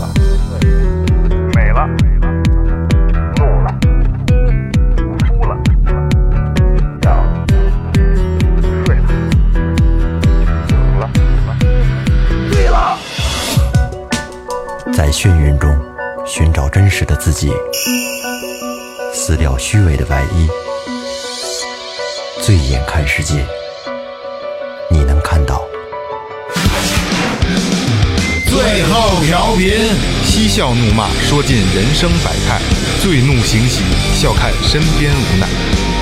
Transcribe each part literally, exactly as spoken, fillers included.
了，美了，怒了，哭了，笑了，睡了，醒了，醉了。 在眩晕中寻找真实的自己，撕掉虚伪的外衣，醉眼看世界，你能看到。 最后调频，嬉笑怒骂，说尽人生百态；醉怒行喜，笑看身边无奈。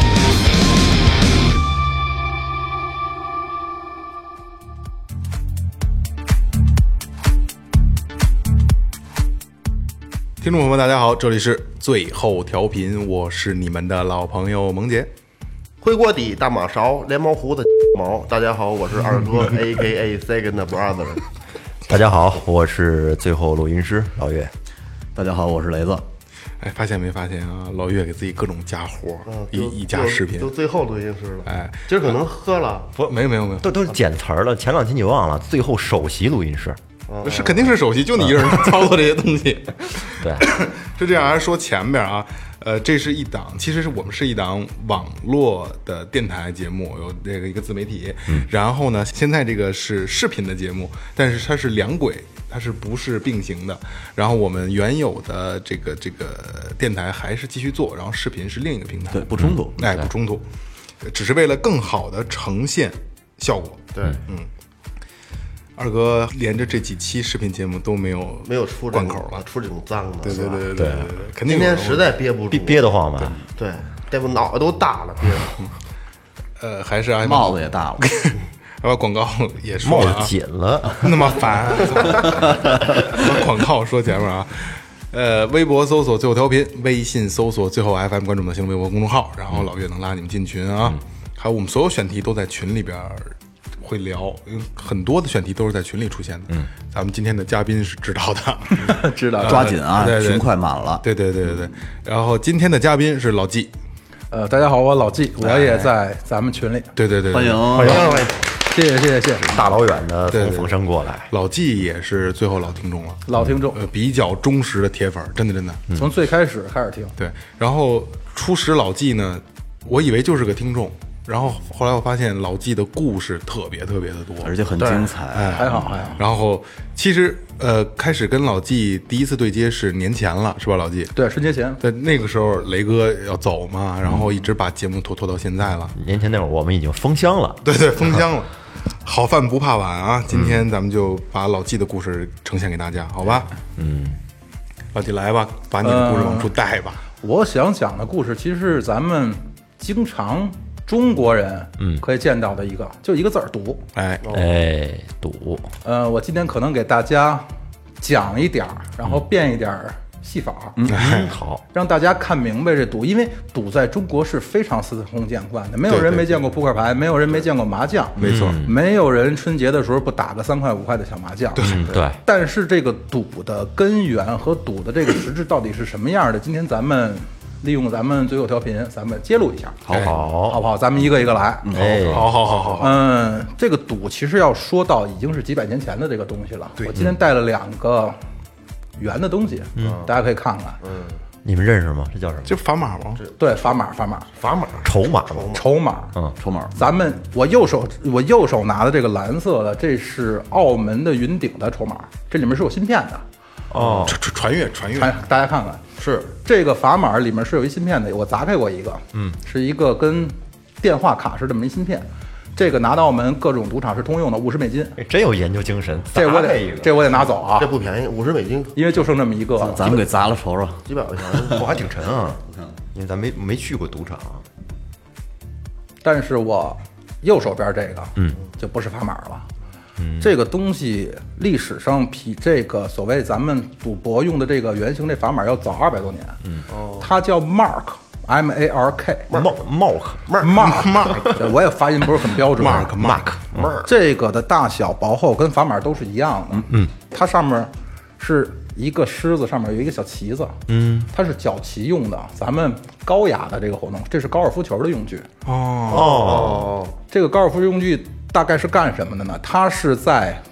听众朋友们，大家好，这里是最后调频，我是你们的老朋友萌姐。 回锅底大马勺连毛胡子毛，大家好，我是二哥A K A Second Brother。 大家好，我是最后录音师老岳。 大家好，我是雷子。 哎，发现没发现啊？老岳给自己各种加活， 嗯、 一一加视频， 都最后录音师了。 哎， 今儿可能喝了， 不，没有没有没有， 都都是捡词儿了。前两期你忘了，最后首席录音师。 是肯定是首席，就你一个人操作这些东西。 对， 是这样。还说前边啊，呃，这是一档，其实是我们是一档网络的电台节目，有这个一个自媒体。嗯、然后呢，现在这个是视频的节目，但是它是两轨，它是不是并行的？然后我们原有的这个这个电台还是继续做，然后视频是另一个平台， 对，不冲突， 嗯、哎，不冲突，只是为了更好的呈现效果。 对， 嗯。二哥连着这几期视频节目都没有没有出贯口了， 出这种脏的， 对对对对对， 肯定今天实在憋不住， 憋憋得慌吧？ 对，这不脑袋都大了，憋的。 呃，还是啊， 帽子也大了， 把广告也说了，帽子紧了， 那么烦。把广告说前面啊，呃，微博搜索最后调频，微信搜索最后 F M， 关注我们的新浪微博公众号，然后老岳能拉你们进群啊。嗯、还有我们所有选题都在群里边会聊，因为很多的选题都是在群里出现的。嗯，咱们今天的嘉宾是知道的， 知道，抓紧啊， 呃、 群快满了。 对对对对对。然后今天的嘉宾是老纪， 呃，大家好，我老纪，我也在咱们群里。 对对对， 欢迎欢迎欢迎， 谢谢谢谢谢谢， 大老远的从凤山过来。 老纪也是最后老听众了， 老听众， 呃，比较忠实的铁粉，真的真的， 嗯、从最开始开始听。 对，然后初识老纪呢，我以为就是个听众。然后后来我发现老纪的故事特别特别的多， 而且很精彩， 哎， 还好还好。 然后其实呃，开始跟老纪第一次对接是年前了，是吧，老纪？ 对，春节前。 在那个时候，雷哥要走嘛，然后一直把节目拖拖到现在了。 年前那会儿我们已经封箱了， 对对，封箱了。好饭不怕晚啊！今天咱们就把老纪的故事呈现给大家，好吧？嗯，老纪来吧，把你的故事往出带吧。 呃、我想讲的故事其实是咱们经常。中国人嗯可以见到的一个，嗯、就一个字儿赌， 哎哎赌。 呃，我今天可能给大家讲一点儿，然后变一点儿戏法， 嗯，好， 让大家看明白这赌，因为赌在中国是非常司空见惯的，没有人没见过扑克牌，没有人没见过麻将， 没错， 没有人春节的时候不打个三块五块的小麻将， 对对。 但是这个赌的根源和赌的这个实质到底是什么样的？今天咱们。利用咱们最后调频，咱们揭露一下， 好好， 好不好？咱们一个一个来。 哎， 好好好好好。 嗯，这个赌其实要说到已经是几百年前的这个东西了。我今天带了两个圆的东西，嗯，大家可以看看。 嗯， 你们认识吗？这叫什么？ 就砝码吗？ 对，砝码，砝码， 砝码， 筹码， 筹码， 嗯， 筹码。 咱们我右手我右手拿的这个蓝色的，这是澳门的云顶的筹码，这里面是有芯片的。 哦，传传阅传阅， 大家看看，是这个砝码里面是有一芯片的，我砸开过一个，嗯，是一个跟电话卡似的这么一芯片，这个拿到我们各种赌场是通用的，五十美金， 真有研究精神。 这我得这我得拿走啊， 这不便宜，五十美金， 因为就剩这么一个， 咱们给砸了瞅瞅， 几百块钱， 我还挺沉啊，因为咱没没去过赌场， 但是我右手边这个，嗯，就不是砝码了。这个东西历史上比这个所谓咱们赌博用的这个圆形这砝码要早二百多年。嗯，哦，它叫 Mark，M A R K，Mark Mark Mark Mark， 我也发音不是很标准。 Mark Mark Mark， 这个的大小薄厚跟砝码都是一样的。嗯，它上面是一个狮子，上面有一个小旗子。嗯，它是角旗用的。咱们高雅的这个活动，这是高尔夫球的用具。 哦哦，这个高尔夫用具。大概是干什么的呢？它是在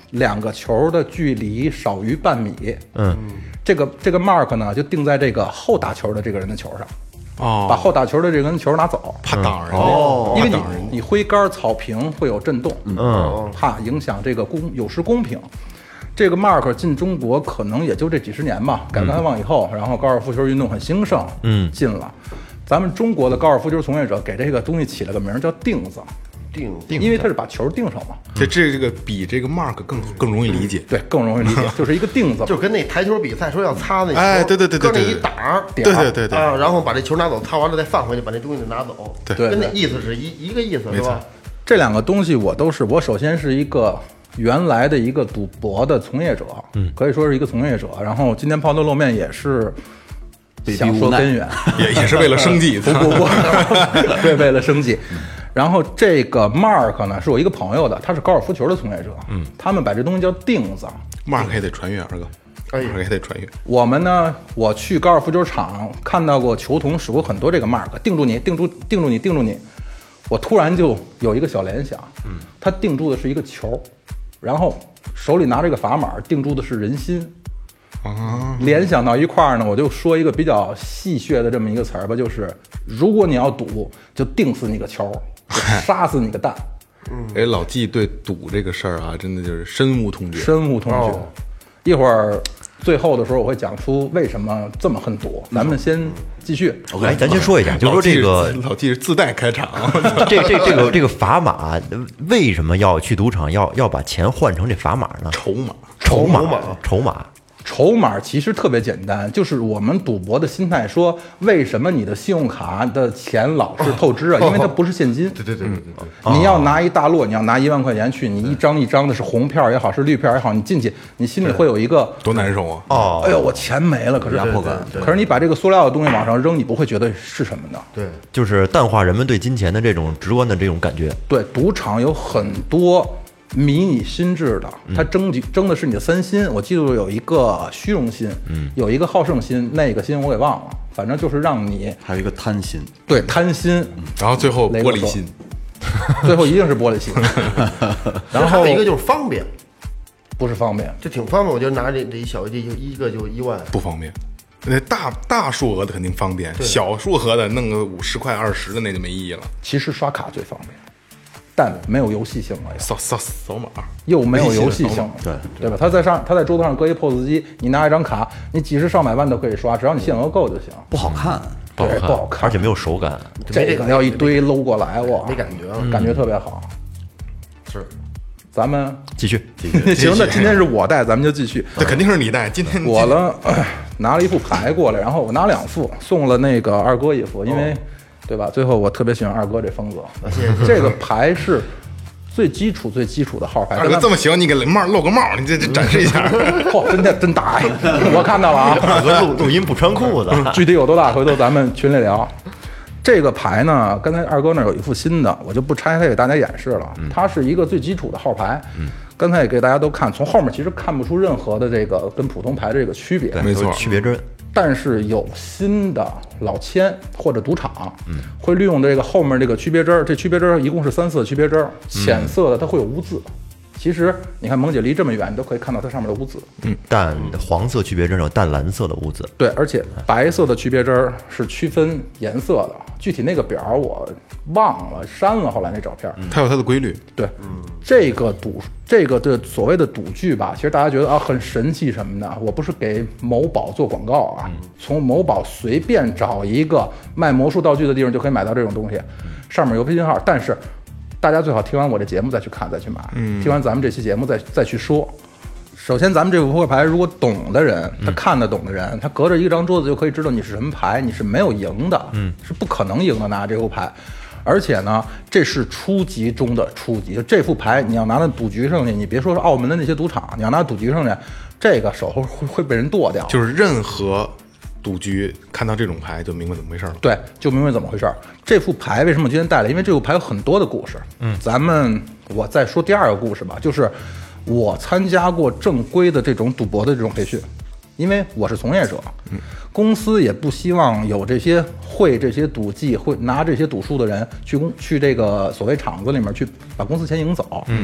两个球的距离少于半米， 嗯， 这个这个 mark 呢就定在这个后打球的这个人的球上， 哦， 把后打球的这个人球拿走， 怕挡人家， 哦因为你怕挡人家你挥杆草坪会有震动， 嗯， 怕影响这个公有失公平。这个 mark 进中国可能也就这几十年吧，改革开放以后，然后高尔夫球运动很兴盛， 嗯， 进了。咱们中国的高尔夫球从业者给这个东西起了个名儿叫钉子， 定因为它是把球钉上嘛， 这这这个比这个 mark 更更容易理解。 对，更容易理解，就是一个钉子嘛， 就跟那台球比赛说要擦那球， 哎对对对对搁那对一档儿， 对对对对啊，然后把这球拿走，擦完了再放回去，把那东西拿走， 对跟那对意思是一一个意思， 没错是吧？ 这两个东西我都是，我首先是一个原来的一个赌博的从业者，嗯，可以说是一个从业者。然后今天抛头露面也是想说根源， 也也是为了生计， 不不不，对，为了生计。然后这个 Mark 呢，是我一个朋友的，他是高尔夫球的从业者，嗯，他们把这东西叫钉子。 mark 也得穿越，二哥， 哎 mark 也得穿越。 我们呢，我去高尔夫球场看到过球童使过很多这个 mark， 定住你，定住，定住你，定住你。我突然就有一个小联想，嗯，他定住的是一个球，然后手里拿着一个砝码，定住的是人心。 啊， 联想到一块儿呢，我就说一个比较戏谑的这么一个词儿吧，就是如果你要赌，就定死你个球，就杀死你个蛋， 哎，老纪对赌这个事儿啊，真的就是深恶痛绝。 深恶痛绝。 哦一会儿最后的时候，我会讲出为什么这么恨赌。咱们先继续。 哎，咱先说一下，就是说这个老纪是自带开场， 这这这个这个砝码为什么要去赌场要要把钱换成这砝码呢？ 筹码。 筹码筹码， 筹码， 筹码其实特别简单，就是我们赌博的心态说，为什么你的信用卡的钱老是透支啊？因为它不是现金。 对对对对对对。 你要拿一大摞，你要拿一万块钱去，你一张一张的是红票也好，是绿票也好，你进去，你心里会有一个， 多难受啊！ 哦哎呦，我钱没了，可是压迫感。 可是你把这个塑料的东西往上扔，你不会觉得是什么的。 对， 就是淡化人们对金钱的这种直观的这种感觉。 对，赌场有很多迷你心智的，它争取争的是你的三心。我记住有一个虚荣心，嗯，有一个好胜心，那个心我给忘了，反正就是让你还有一个贪心， 对贪心， 然后最后雷哥说玻璃心， 最后一定是玻璃心。然后还有一个就是方便， 不是方便， 这挺方便，我就拿这这一小这就一个就一万， 不方便。那大大数额的肯定方便，小数额的弄个五十块、二十的那就没意义了。 其实刷卡最方便，但没有游戏性了呀， 扫扫扫码， 又没有游戏性了， 对对吧？他在上他在桌子上搁一 P O S 机，你拿一张卡，你几十上百万都可以刷，只要你限额够就行。 不好看。 对，不好看， 而且没有手感。 这个要一堆搂过来，哇， 没感觉啊感觉特别好。 是咱们继续， 行，那今天是我带，咱们就继续。 这肯定是你带。今天我呢，哎拿了一副牌过来，然后我拿两副，送了那个二哥一副，因为，对吧？最后我特别喜欢二哥这风格。这个牌是最基础、最基础的号牌。 二哥这么喜欢，你给帽露个帽，你这这展示一下。 嚯，真的真大哎！我看到了啊。 二哥录录音不穿裤子， 具体有多大，回头咱们群里聊。这个牌呢，刚才二哥那儿有一副新的，我就不拆开给大家演示了。它是一个最基础的号牌。刚才也给大家都看，从后面其实看不出任何的这个跟普通牌的这个区别。 没错， 区别针。 但是有新的老千或者赌场，会利用这个后面这个区别针儿，这区别针儿一共是三色区别针儿，浅色的它会有污渍。其实你看萌姐离这么远，你都可以看到它上面的污渍。 嗯，淡黄色区别针有淡蓝色的污渍。 对，而且白色的区别针儿是区分颜色的，具体那个表我忘了删了，后来那照片。 它有它的规律。 对，这个赌这个的所谓的赌具吧，其实大家觉得啊很神奇什么的，我不是给某宝做广告啊，从某宝随便找一个卖魔术道具的地方就可以买到这种东西，上面有微信号，但是大家最好听完我这节目再去看再去买，听完咱们这期节目再再去说。首先，咱们这副扑克牌，如果懂的人，他看得懂的人，他隔着一张桌子就可以知道你是什么牌，你是没有赢的，嗯，是不可能赢的拿这副牌。而且呢，这是初级中的初级，就这副牌你要拿到赌局上去，你别说是澳门的那些赌场，你要拿赌局上去，这个手会会被人剁掉。 就是任何赌局看到这种牌就明白怎么回事了。 对，就明白怎么回事。这副牌为什么我今天带来？因为这副牌有很多的故事。嗯，咱们我再说第二个故事吧，就是我参加过正规的这种赌博的这种培训，因为我是从业者，嗯，公司也不希望有这些会这些赌技、会拿这些赌术的人去公去这个所谓场子里面去把公司钱赢走。嗯，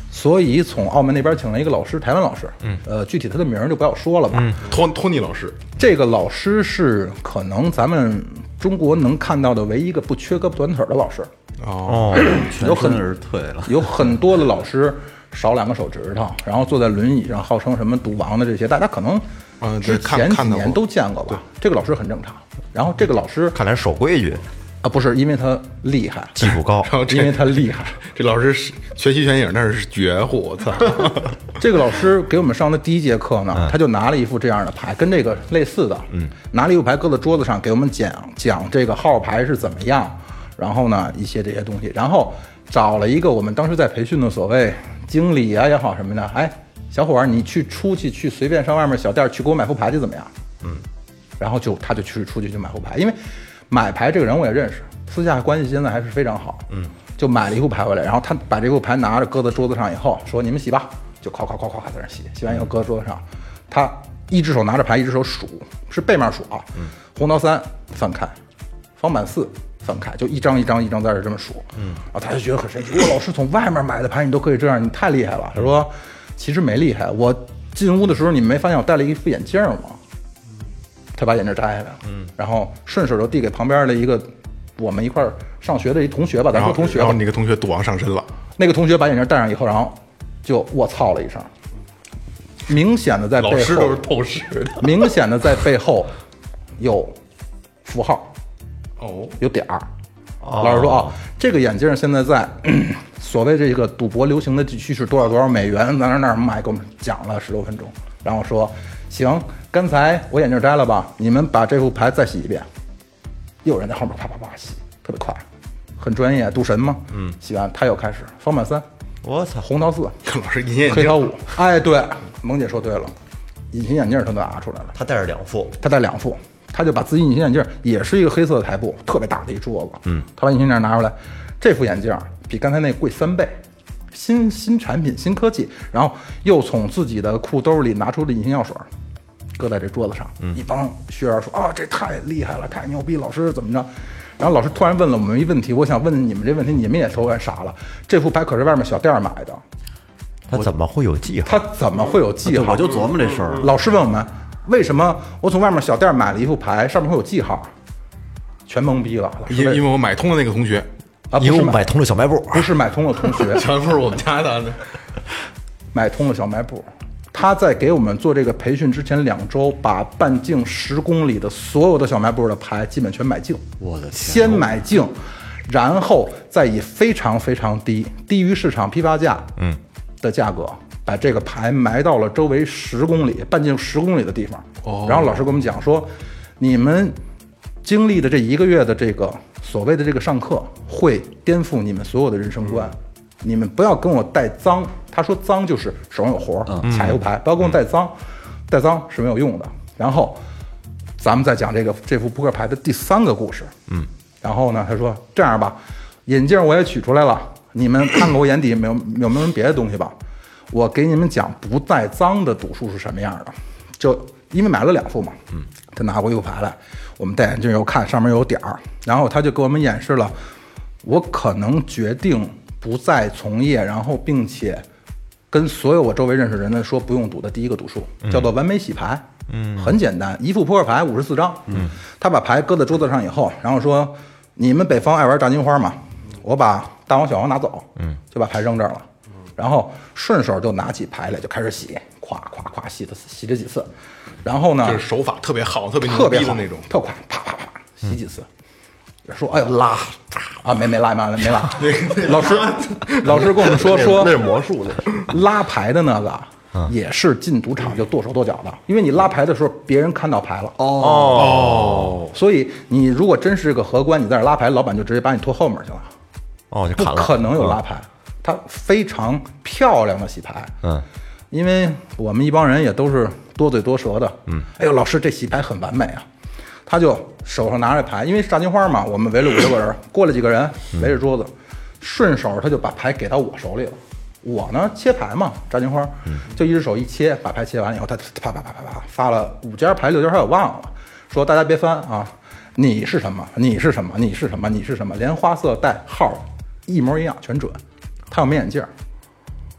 所以从澳门那边请了一个老师，台湾老师，嗯，呃，具体他的名儿就不要说了吧。嗯， 托托尼老师， 这个老师是可能咱们中国能看到的唯一一个不缺胳膊短腿的老师。 哦， 全身而退了。 有很多的老师少两个手指头，然后坐在轮椅上，号称什么赌王的这些，大家可能嗯之前几年都见过吧。这个老师很正常。然后这个老师看来守规矩， 啊，不是因为他厉害， 技术高， 然后这因为他厉害。 这老师是全息全影，那是绝户，我操！ 这个老师给我们上的第一节课呢，他就拿了一副这样的牌，跟这个类似的，嗯，拿了一副牌搁在桌子上，给我们讲讲这个号牌是怎么样，然后呢一些这些东西，然后找了一个我们当时在培训的所谓经理啊也好什么的，哎，小伙儿，你去出去去随便上外面小店去给我买副牌去怎么样？嗯，然后就他就去出去去买副牌，因为买牌这个人我也认识，私下关系现在还是非常好，嗯，就买了一副牌回来，然后他把这副牌拿着搁在桌子上以后，说你们洗吧，就咵咵咵咵在那洗，洗完以后搁在桌子上，他一只手拿着牌，一只手数，是背面数啊，嗯，红桃三翻开，方板四翻开，就一张一张一张在这这么数，嗯，然后他就觉得很神奇，我老师从外面买的牌你都可以这样，你太厉害了。他说其实没厉害，我进屋的时候你们没发现我戴了一副眼镜吗？他把眼镜摘下来了，嗯，然后顺手就递给旁边的一个我们一块儿上学的一同学吧，咱说同学吧， 然后那个同学赌王上身了， 那个同学把眼镜戴上以后，然后就卧槽了一声，明显的在背后， 老师都是透视的， 明显的在背后有符号， 哦， 有点儿。老师说啊，这个眼镜现在在所谓这个赌博流行的地区是多少多少美元，在那那儿买，给我们讲了十多分钟，然后说行，刚才我眼镜摘了吧，你们把这副牌再洗一遍。又有人在后面啪啪啪洗，特别快，很专业，赌神嘛。嗯，洗完他又开始方板三， 我操， 红桃四， 老师隐形眼镜， 黑桃五。哎，对，萌姐说对了，隐形眼镜他都拿出来了， 他带着两副， 他带两副。他就把自己隐形眼镜也是一个黑色的台布，特别大的一桌子。嗯，他把隐形眼镜拿出来，这副眼镜比刚才那贵三倍，新新产品新科技。然后又从自己的裤兜里拿出了隐形药水，搁在这桌子上。嗯，一帮学员说啊，这太厉害了，太牛逼，老师怎么着？然后老师突然问了我们一问题，我想问你们这问题，你们也都问傻了。这副牌可是外面小店买的， 他怎么会有记号？ 他怎么会有记号？ 我就琢磨这事儿。 老师问我们。为什么我从外面小店买了一副牌，上面会有记号？全懵逼了。 因因为我买通了那个同学啊， 因为我买通了小卖部， 不是买通了同学， 小卖部是我们家的， 买通了小卖部。他在给我们做这个培训之前两周，把半径十公里的所有的小卖部的牌基本全买净。 我的天！ 先买净，然后再以非常非常低，低于市场批发价嗯的价格。把这个牌埋到了周围十公里、半径十公里的地方。哦。然后老师跟我们讲说，你们经历的这一个月的这个所谓的这个上课，会颠覆你们所有的人生观。嗯、你们不要跟我带脏。他说脏就是手上有活，嗯、踩一副牌，不要跟我带脏，带脏是没有用的。然后咱们再讲这个这副扑克牌的第三个故事。嗯。然后呢，他说这样吧，眼镜我也取出来了，你们看看我眼底没有有没有别的东西吧。我给你们讲不带脏的赌术是什么样的，就因为买了两副嘛，嗯，他拿过一副牌来，我们戴眼镜又看上面有点儿，然后他就给我们演示了，我可能决定不再从业，然后并且跟所有我周围认识人的说不用赌的第一个赌术，叫做完美洗牌，嗯，很简单，一副扑克牌五十四张，嗯，他把牌搁在桌子上以后，然后说你们北方爱玩炸金花嘛，我把大王小王拿走，嗯，就把牌扔这儿了。然后顺手就拿起牌来就开始洗，咵咵咵洗的洗这几次，然后呢， 就是手法特别好，特别特别牛逼的那种， 特快，啪啪啪洗几次。嗯、说哎呦拉啊没没拉没没拉，老师老师跟我们说说那是魔术的， 拉牌的那个。也是进赌场就剁手剁脚的，因为你拉牌的时候别人看到牌了哦，所以你如果真是个荷官，你在这拉牌，老板就直接把你拖后面去了， 哦，就砍了， 不可能有拉牌。嗯它非常漂亮的洗牌，嗯，因为我们一帮人也都是多嘴多舌的，嗯，哎呦，老师这洗牌很完美啊，他就手上拿着牌，因为是炸金花嘛，我们围了五六个人，过了几个人围着桌子，顺手他就把牌给到我手里了，我呢切牌嘛，炸金花，就一只手一切，把牌切完以后，他啪啪啪啪啪发了五家牌六家牌我忘了，说大家别翻啊，你是什么？你是什么？你是什么？你是什么？连花色带号一模一样，全准。他有没眼镜，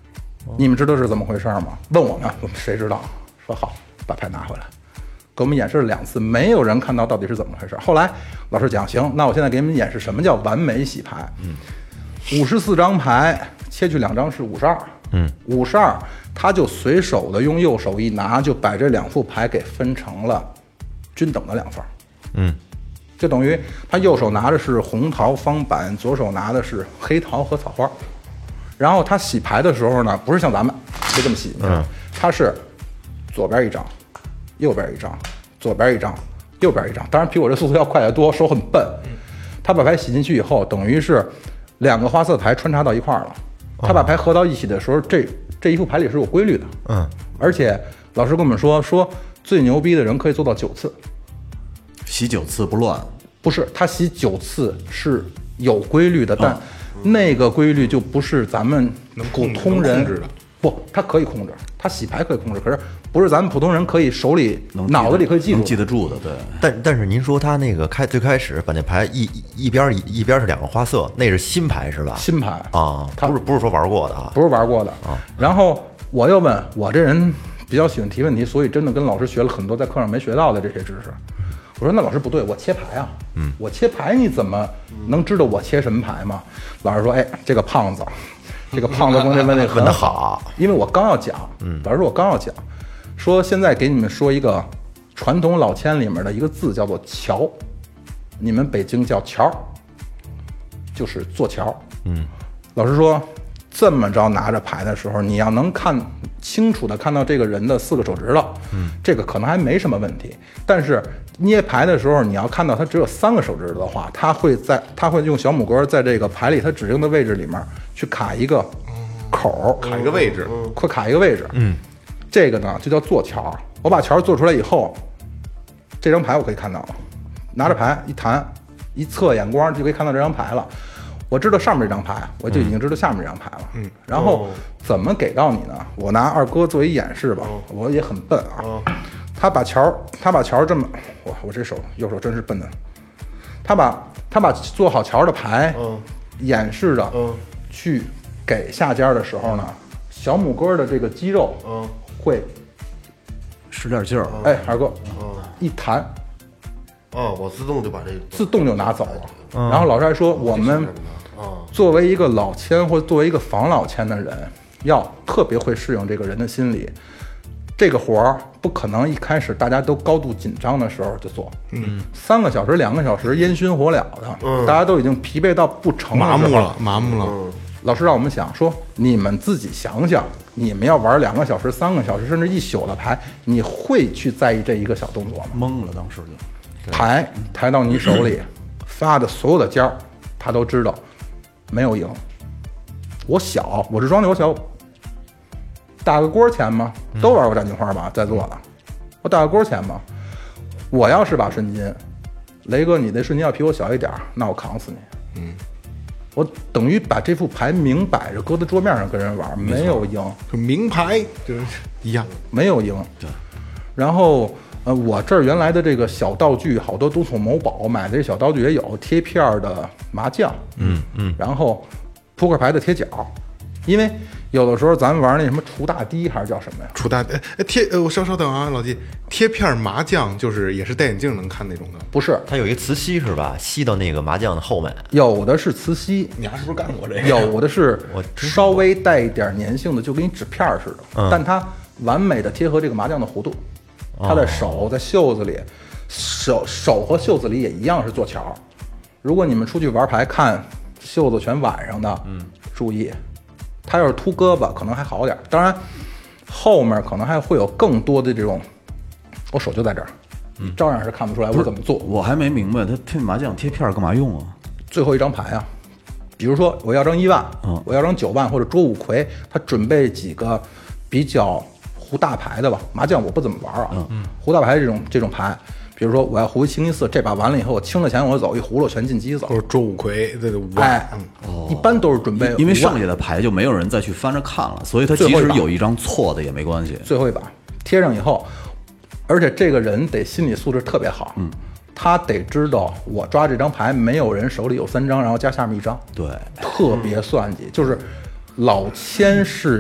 你们知道是怎么回事吗？问我们，我们谁知道？说好，把牌拿回来，给我们演示了两次，没有人看到到底是怎么回事。后来老师讲，行，那我现在给你们演示什么叫完美洗牌。嗯，五十四张牌切去两张是五十二。嗯，五十二，他就随手的用右手一拿，就把这两副牌给分成了均等的两份。嗯，就等于他右手拿的是红桃方板，左手拿的是黑桃和草花。然后他洗牌的时候呢，不是像咱们就这么洗，嗯，他是左边一张，右边一张，左边一张，右边一张，当然比我这速度要快得多，手很笨。他把牌洗进去以后，等于是两个花色牌穿插到一块儿了。他把牌合到一起的时候，这这一副牌里是有规律的，嗯，而且老师跟我们说，说最牛逼的人可以做到九次， 洗九次不乱， 不是他洗九次是有规律的，但那个规律就不是咱们普通人控制的， 不，他可以控制，他洗牌可以控制，可是不是咱们普通人可以手里脑子里可以记住能记得住的，对。 但但是您说他那个开最开始把那牌一一边一一边是两个花色，那是新牌是吧？ 新牌啊，不是不是说玩过的啊， 不是玩过的啊。然后我又问我这人比较喜欢提问题，所以真的跟老师学了很多在课上没学到的这些知识。我说那老师不对，我切牌啊，嗯，我切牌你怎么能知道我切什么牌吗？老师说，哎，这个胖子，这个胖子问这问题很好，因为我刚要讲，嗯，老师说我刚要讲，说现在给你们说一个传统老签里面的一个字叫做桥，你们北京叫桥，就是做桥，嗯，老师说这么着拿着牌的时候，你要能看清楚的看到这个人的四个手指头，嗯，这个可能还没什么问题。但是捏牌的时候，你要看到他只有三个手指头的话，他会在他会用小拇哥在这个牌里他指定的位置里面去卡一个口， 卡一个位置， 会卡一个位置。嗯，这个呢就叫做桥。我把桥做出来以后，这张牌我可以看到了，拿着牌一弹一侧眼光就可以看到这张牌了。我知道上面这张牌，我就已经知道下面这张牌了。嗯，然后怎么给到你呢？我拿二哥作为演示吧，我也很笨啊。他把桥，他把桥这么，我我这手右手真是笨的。他把他把做好桥的牌，演示着，去给下家的时候呢，小拇哥的这个肌肉，会使点劲儿。 哎，二哥，一弹， 哦，我自动就把这自动就拿走了。然后老师还说，我们作为一个老签或作为一个防老签的人，要特别会适应这个人的心理。这个活儿不可能一开始大家都高度紧张的时候就做，嗯，三个小时、两个小时烟熏火燎的，嗯，大家都已经疲惫到不成麻木了，麻木了。 嗯，老师让我们想说，你们自己想想，你们要玩两个小时、三个小时，甚至一宿的牌，你会去在意这一个小动作吗？ 懵了，当时就牌抬到你手里，发的所有的尖儿，他都知道，没有赢。我小，我是庄家，我小。打个锅钱吗？都玩过战金花吧，在座的，我打个锅钱吗？我要是把瞬金，雷哥，你那瞬间要比我小一点，那我扛死你。嗯，我等于把这副牌明摆着搁在桌面上跟人玩，没有赢， 就名牌就是一样， 没有赢。对，然后呃，我这儿原来的这个小道具，好多都从某宝买的这小道具也有，贴片的麻将，嗯嗯，然后扑克牌的贴角，因为有的时候咱们玩那什么除大滴还是叫什么呀？ 除大滴，哎贴，呃，我稍稍等啊，老季，贴片麻将就是也是戴眼镜能看那种的， 不是？ 它有一个磁吸是吧？吸到那个麻将的后面。 有的是磁吸， 你还是不是干过这个？ 有的是稍微带一点粘性的，就跟你纸片似的，嗯、但它完美的贴合这个麻将的弧度。他的手在袖子里，手手和袖子里也一样是做桥。如果你们出去玩牌看袖子全挽上的，嗯，注意。他要是秃胳膊可能还好点，当然后面可能还会有更多的这种，我手就在这儿，你照样是看不出来我怎么做。 我还没明白他贴麻将贴片干嘛用啊？ 最后一张牌啊，比如说我要张一万，嗯，我要张九万或者捉五魁，他准备几个比较胡大牌的吧，麻将我不怎么玩啊，嗯，胡大牌这种这种牌。比如说，我要胡清一色，这把完了以后，我清了钱我走，一葫芦全进机子， 或者捉五魁，这五万， 哎，哦，一般都是准备， 因为剩下的牌就没有人再去翻着看了，所以他即使有一张错的也没关系。 最后一把贴上以后，而且这个人得心理素质特别好，嗯，他得知道我抓这张牌，没有人手里有三张，然后加下面一张， 对， 特别算计，就是老千是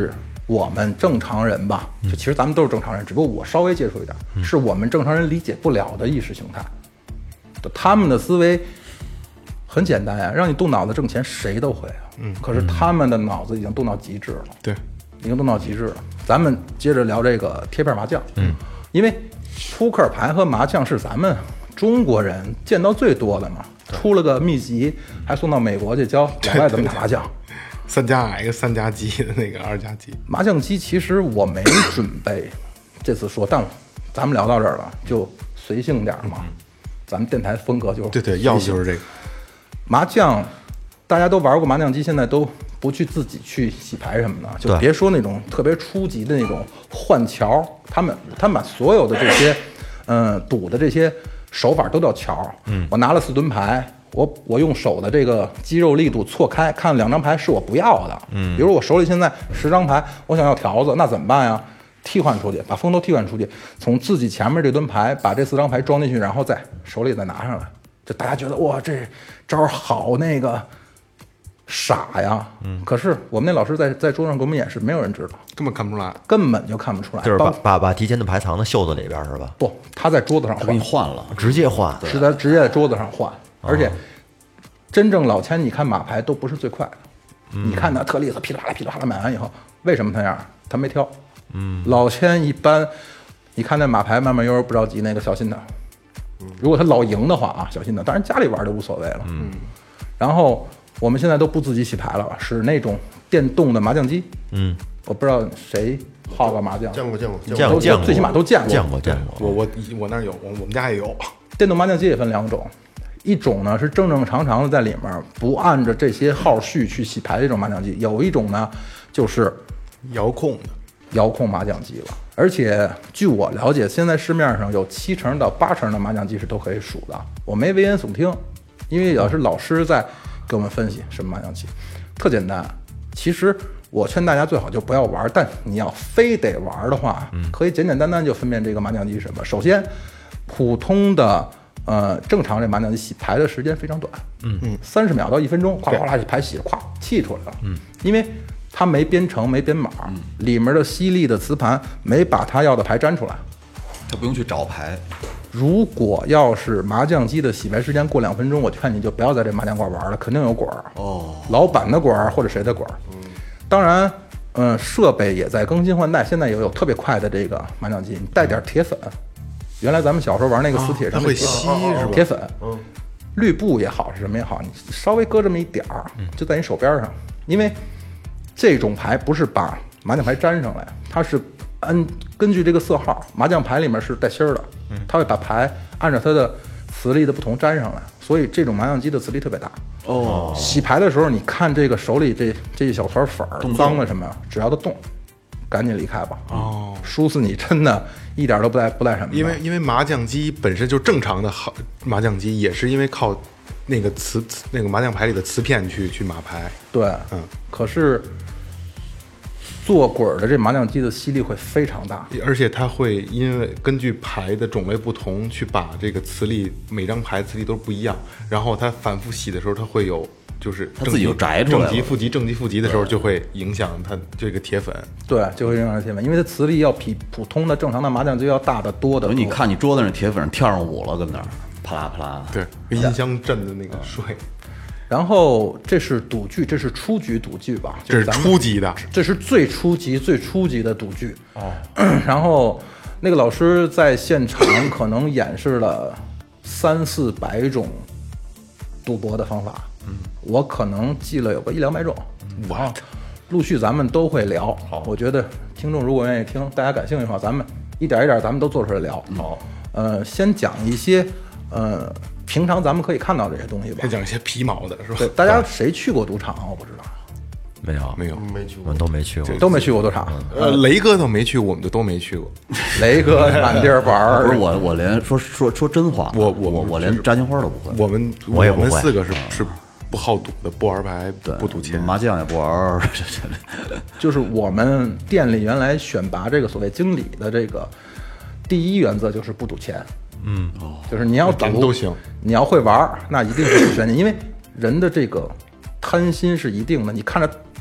我们正常人吧，就其实咱们都是正常人，只不过我稍微接触一点，是我们正常人理解不了的意识形态。他们的思维很简单呀，让你动脑子挣钱，谁都会啊。嗯，可是他们的脑子已经动到极致了。 对， 已经动到极致了。咱们接着聊这个贴片麻将。嗯，因为扑克牌和麻将是咱们中国人见到最多的嘛，出了个秘籍，还送到美国去教老外怎么打麻将。 三加 X 三加机的那个二加机麻将机，其实我没准备这次说，但咱们聊到这儿了，就随性点嘛。咱们电台风格就对对，要的就是这个麻将。大家都玩过麻将机，现在都不去自己去洗牌什么的，就别说那种特别初级的那种换桥，他们他们把所有的这些，嗯，赌的这些手法都叫桥。嗯，我拿了四吨牌，我我用手的这个肌肉力度错开，看两张牌是我不要的。嗯，比如我手里现在十张牌，我想要条子，那怎么办呀？替换出去，把风头替换出去，从自己前面这吨牌把这四张牌装进去，然后再手里再拿上来。就大家觉得哇，这招好那个。傻呀，嗯，可是我们那老师在在桌上给我们演示，没有人知道， 根本看不出来， 根本就看不出来， 就是把把把提前的牌藏在袖子里边是吧？ 不，他在桌子上换， 给你换了， 直接换， 是在直接在桌子上换，而且真正老千，你看马牌都不是最快的，嗯、你看他特利索噼里啪啦噼里啪啦买完以后，为什么他样？他没挑，嗯，老千一般，你看那马牌慢慢悠悠不着急，那个小心他，如果他老赢的话啊，小心他，当然家里玩就无所谓了，嗯，然后。我们现在都不自己洗牌了，是那种电动的麻将机。嗯，我不知道谁泡过麻将， 见过见过见过见过， 最起码都见过见过见过。 我我我那儿有，我我们家也有。 电动麻将机也分两种，一种呢是正正常常的在里面不按着这些号序去洗牌的这种麻将机，有一种呢就是遥控的遥控麻将机了。而且据我了解，现在市面上有七成到八成的麻将机是都可以数的。我没危言耸听，因为也是老师在。给我们分析什么麻将机，特简单。其实我劝大家最好就不要玩，但你要非得玩的话，可以简简单单就分辨这个麻将机是什么。首先，普通的呃正常这麻将机洗牌的时间非常短，嗯嗯，三十秒到一分钟，哗哗啦牌洗了，咵气出来了，嗯，因为它没编程没编码，里面的犀利的磁盘没把它要的牌粘出来， 它不用去找牌。 如果要是麻将机的洗牌时间过两分钟，我劝你就不要在这麻将馆玩了，肯定有管儿哦，老板的管儿或者谁的管儿。嗯，当然，嗯、呃，设备也在更新换代，现在也有特别快的这个麻将机，你带点铁粉。原来咱们小时候玩那个撕铁上会吸是吧？ 铁粉，嗯，绿布也好是什么也好，你稍微搁这么一点儿，就在你手边上，因为这种牌不是把麻将牌粘上来，它是按根据这个色号，麻将牌里面是带芯儿的。他会把牌按照它的磁力的不同粘上来，所以这种麻将机的磁力特别大。哦，洗牌的时候，你看这个手里这这一小团粉儿脏了什么呀？只要它动，赶紧离开吧。哦，输死你真的一点都不带不带什么的。 因为因为麻将机本身就正常的好麻将机，也是因为靠那个磁那个麻将牌里的磁片去去码牌。 对，嗯，可是。做滚的这麻将机的吸力会非常大， 而且它会因为根据牌的种类不同，去把这个磁力每张牌磁力都不一样，然后它反复洗的时候，它会有就是它自己就摘出来了， 正极负极正极负极的时候，就会影响它这个铁粉。 对，就会影响铁粉，因为它磁力要比普通的正常的麻将机要大得多的多。 你看你桌子上铁粉跳上舞了，跟那儿啪啦啪啦， 对，跟音箱震的那个水。 然后这是赌具，这是初级赌具吧？ 这是初级的， 这是最初级、最初级的赌具。哦。然后那个老师在现场可能演示了三四百种赌博的方法。嗯。我可能记了有个一两百种。哇。陆续咱们都会聊。好。我觉得听众如果愿意听，大家感兴趣的话，咱们一点一点咱们都做出来聊。好。呃，先讲一些呃。平常咱们可以看到这些东西吧， 再讲一些皮毛的是吧？ 对，大家谁去过赌场？我不知道， 没有， 没有， 没去过， 我们都没去过， 都没去过赌场。 呃，雷哥都没去过，我们就都没去过。 雷哥满地儿玩儿， 不是我，我连说说说真话， 我我我我连炸金花都不会。 我们我也不会， 我们四个是是不好赌的，不玩牌，不赌钱， 麻将也不玩。 就是我们店里原来选拔这个所谓经理的这个第一原则就是不赌钱。嗯，就是你要赌都行， 你要会玩，那一定是选你，因为人的这个贪心是一定的。你看着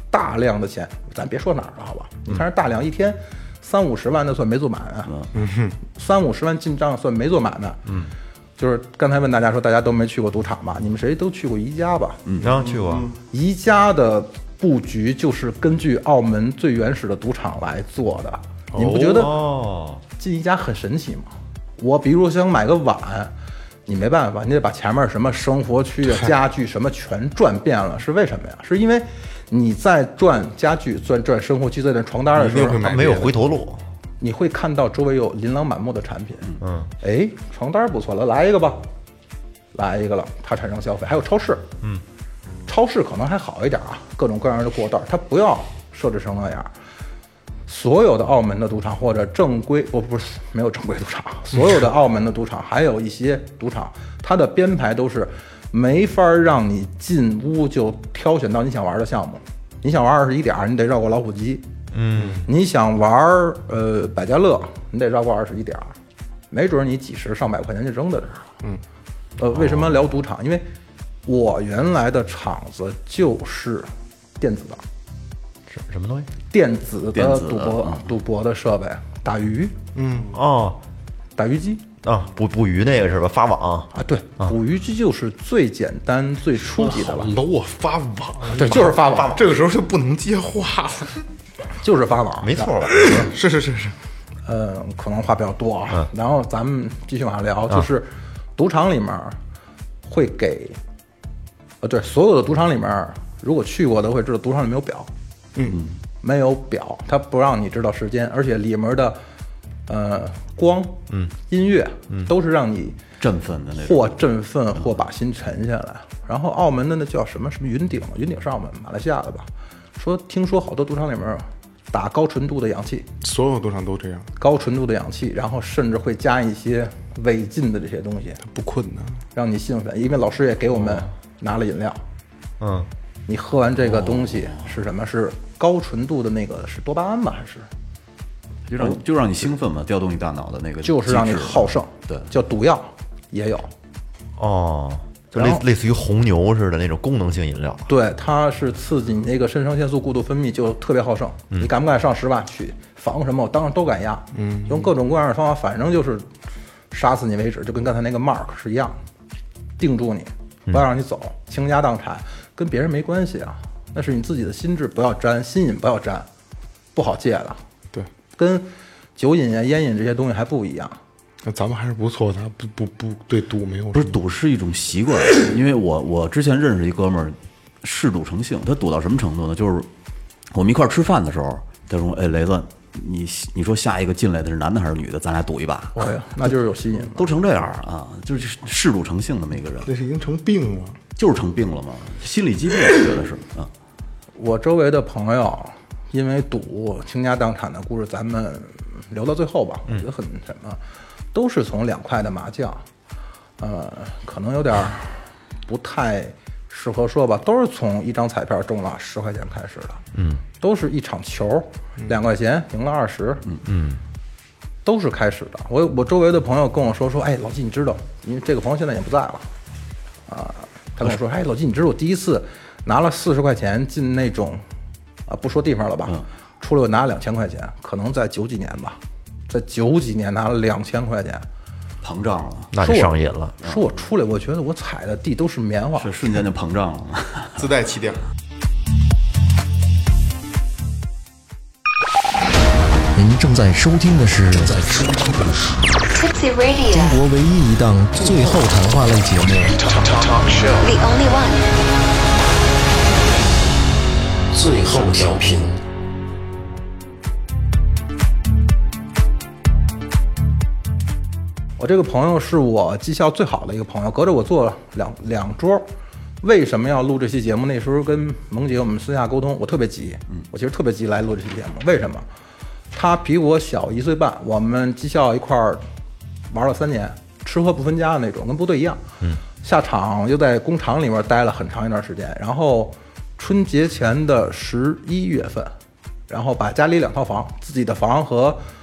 大量的钱，咱别说哪儿了，好吧？你看这大量一天三五十万的算没做买卖，嗯，三五十万进账算没做买卖，嗯，就是刚才问大家说大家都没去过赌场吧？你们谁都去过宜家吧？ 嗯，然后去过。 宜家的布局就是根据澳门最原始的赌场来做的，你们不觉得进宜家很神奇吗？我比如想买个碗。你没办法，你得把前面什么生活区啊、家具什么全转遍了，是为什么呀？是因为你在转家具、转转生活区、在转床单的时候， 没有回头路， 你会看到周围有琳琅满目的产品。嗯，哎，床单不错了，来一个吧，来一个了，它产生消费。还有超市，嗯，超市可能还好一点啊，各种各样的过道，它不要设置成那样。所有的澳门的赌场或者正规，不不是没有正规赌场，所有的澳门的赌场，还有一些赌场，它的编排都是没法让你进屋就挑选到你想玩的项目。你想玩二十一点，你得绕过老虎机；嗯，你想玩呃百家乐，你得绕过二十一点，没准你几十上百块钱就扔在这儿了。嗯，呃，为什么聊赌场？因为我原来的场子就是电子的。 什么东西？ 电子的赌博，嗯、赌博的设备，打鱼， 嗯，哦， 打鱼机啊，捕捕鱼那个是吧？发网啊，对，啊、捕鱼机就是最简单、最初级的了。 搂我发网， 对，就是发网。 这个时候就不能接话了， 就是发网， 没错吧？ 是是是是， 呃，可能话比较多啊。嗯、然后咱们继续往下聊，就是赌场里面会给，呃，对，所有的赌场里面，如果去过的会知道，赌场里没有表。嗯，没有表，它不让你知道时间，而且里面的呃光、嗯音乐，嗯都是让你振奋的那种， 或振奋或把心沉下来。然后澳门的那叫什么什么云顶，云顶是澳门马来西亚的吧？说听说好多赌场里面打高纯度的氧气， 所有赌场都这样， 高纯度的氧气，然后甚至会加一些违禁的这些东西， 它不困难， 让你兴奋。因为老师也给我们拿了饮料， 嗯， 你喝完这个东西是什么？是高纯度的那个是多巴胺吧？还是就让你就让你兴奋嘛，调动你大脑的那个， 就是让你好胜。对，叫毒药也有。 哦，就类类似于红牛似的那种功能性饮料。 对，它是刺激你那个肾上腺素过度分泌，就特别好胜。嗯、你敢不敢上十万去防什么？我当然都敢压。嗯，用各种各样的方法，反正就是杀死你为止，就跟刚才那个 Mark 是一样，定住你，不要让你走，倾家荡产，跟别人没关系啊。那是你自己的心智，不要沾，心瘾不要沾，不好戒的。 对， 跟酒瘾啊、烟瘾这些东西还不一样。 那咱们还是不错的，不不不对赌没有。 不是赌是一种习惯，因为我我之前认识一哥们儿，嗜赌成性。他赌到什么程度呢？就是我们一块儿吃饭的时候，他说：“哎，雷子，你你说下一个进来的是男的还是女的？咱俩赌一把。” 哎呀，那就是有吸引， 都成这样啊，就是嗜赌成性的那个人。 那是已经成病了， 就是成病了嘛，心理疾病，我觉得是啊。 我周围的朋友因为赌倾家荡产的故事，咱们留到最后吧。我觉得很什么，都是从两块的麻将，呃，可能有点不太适合说吧，都是从一张彩票中了十块钱开始的。嗯，都是一场球，两块钱赢了二十。嗯嗯，都是开始的。我我周围的朋友跟我说说，哎，老季你知道，因为这个朋友现在也不在了，啊，他跟我说，哎，老季你知道我第一次拿了四十块钱进那种，啊，不说地方了吧，嗯、出来我拿了两千块钱，可能在九几年吧，在九几年拿了两千块钱， 膨胀了， 那就上瘾了。 说我出来，我觉得我踩的地都是棉花， 是瞬间就膨胀了， 自带气垫。 您正在收听的是正在收听的是 Tipsy Radio， 中国唯一一档最后谈话类节目 The only one， 最后调频。 我这个朋友是我绩效最好的一个朋友，隔着我坐两两桌。为什么要录这期节目？那时候跟萌姐我们私下沟通，我特别急，我其实特别急来录这期节目。为什么？他比我小一岁半，我们绩效一块儿玩了三年，吃喝不分家的那种，跟部队一样。嗯，下场又在工厂里面待了很长一段时间，然后春节前的十一月份，然后把家里两套房，自己的房和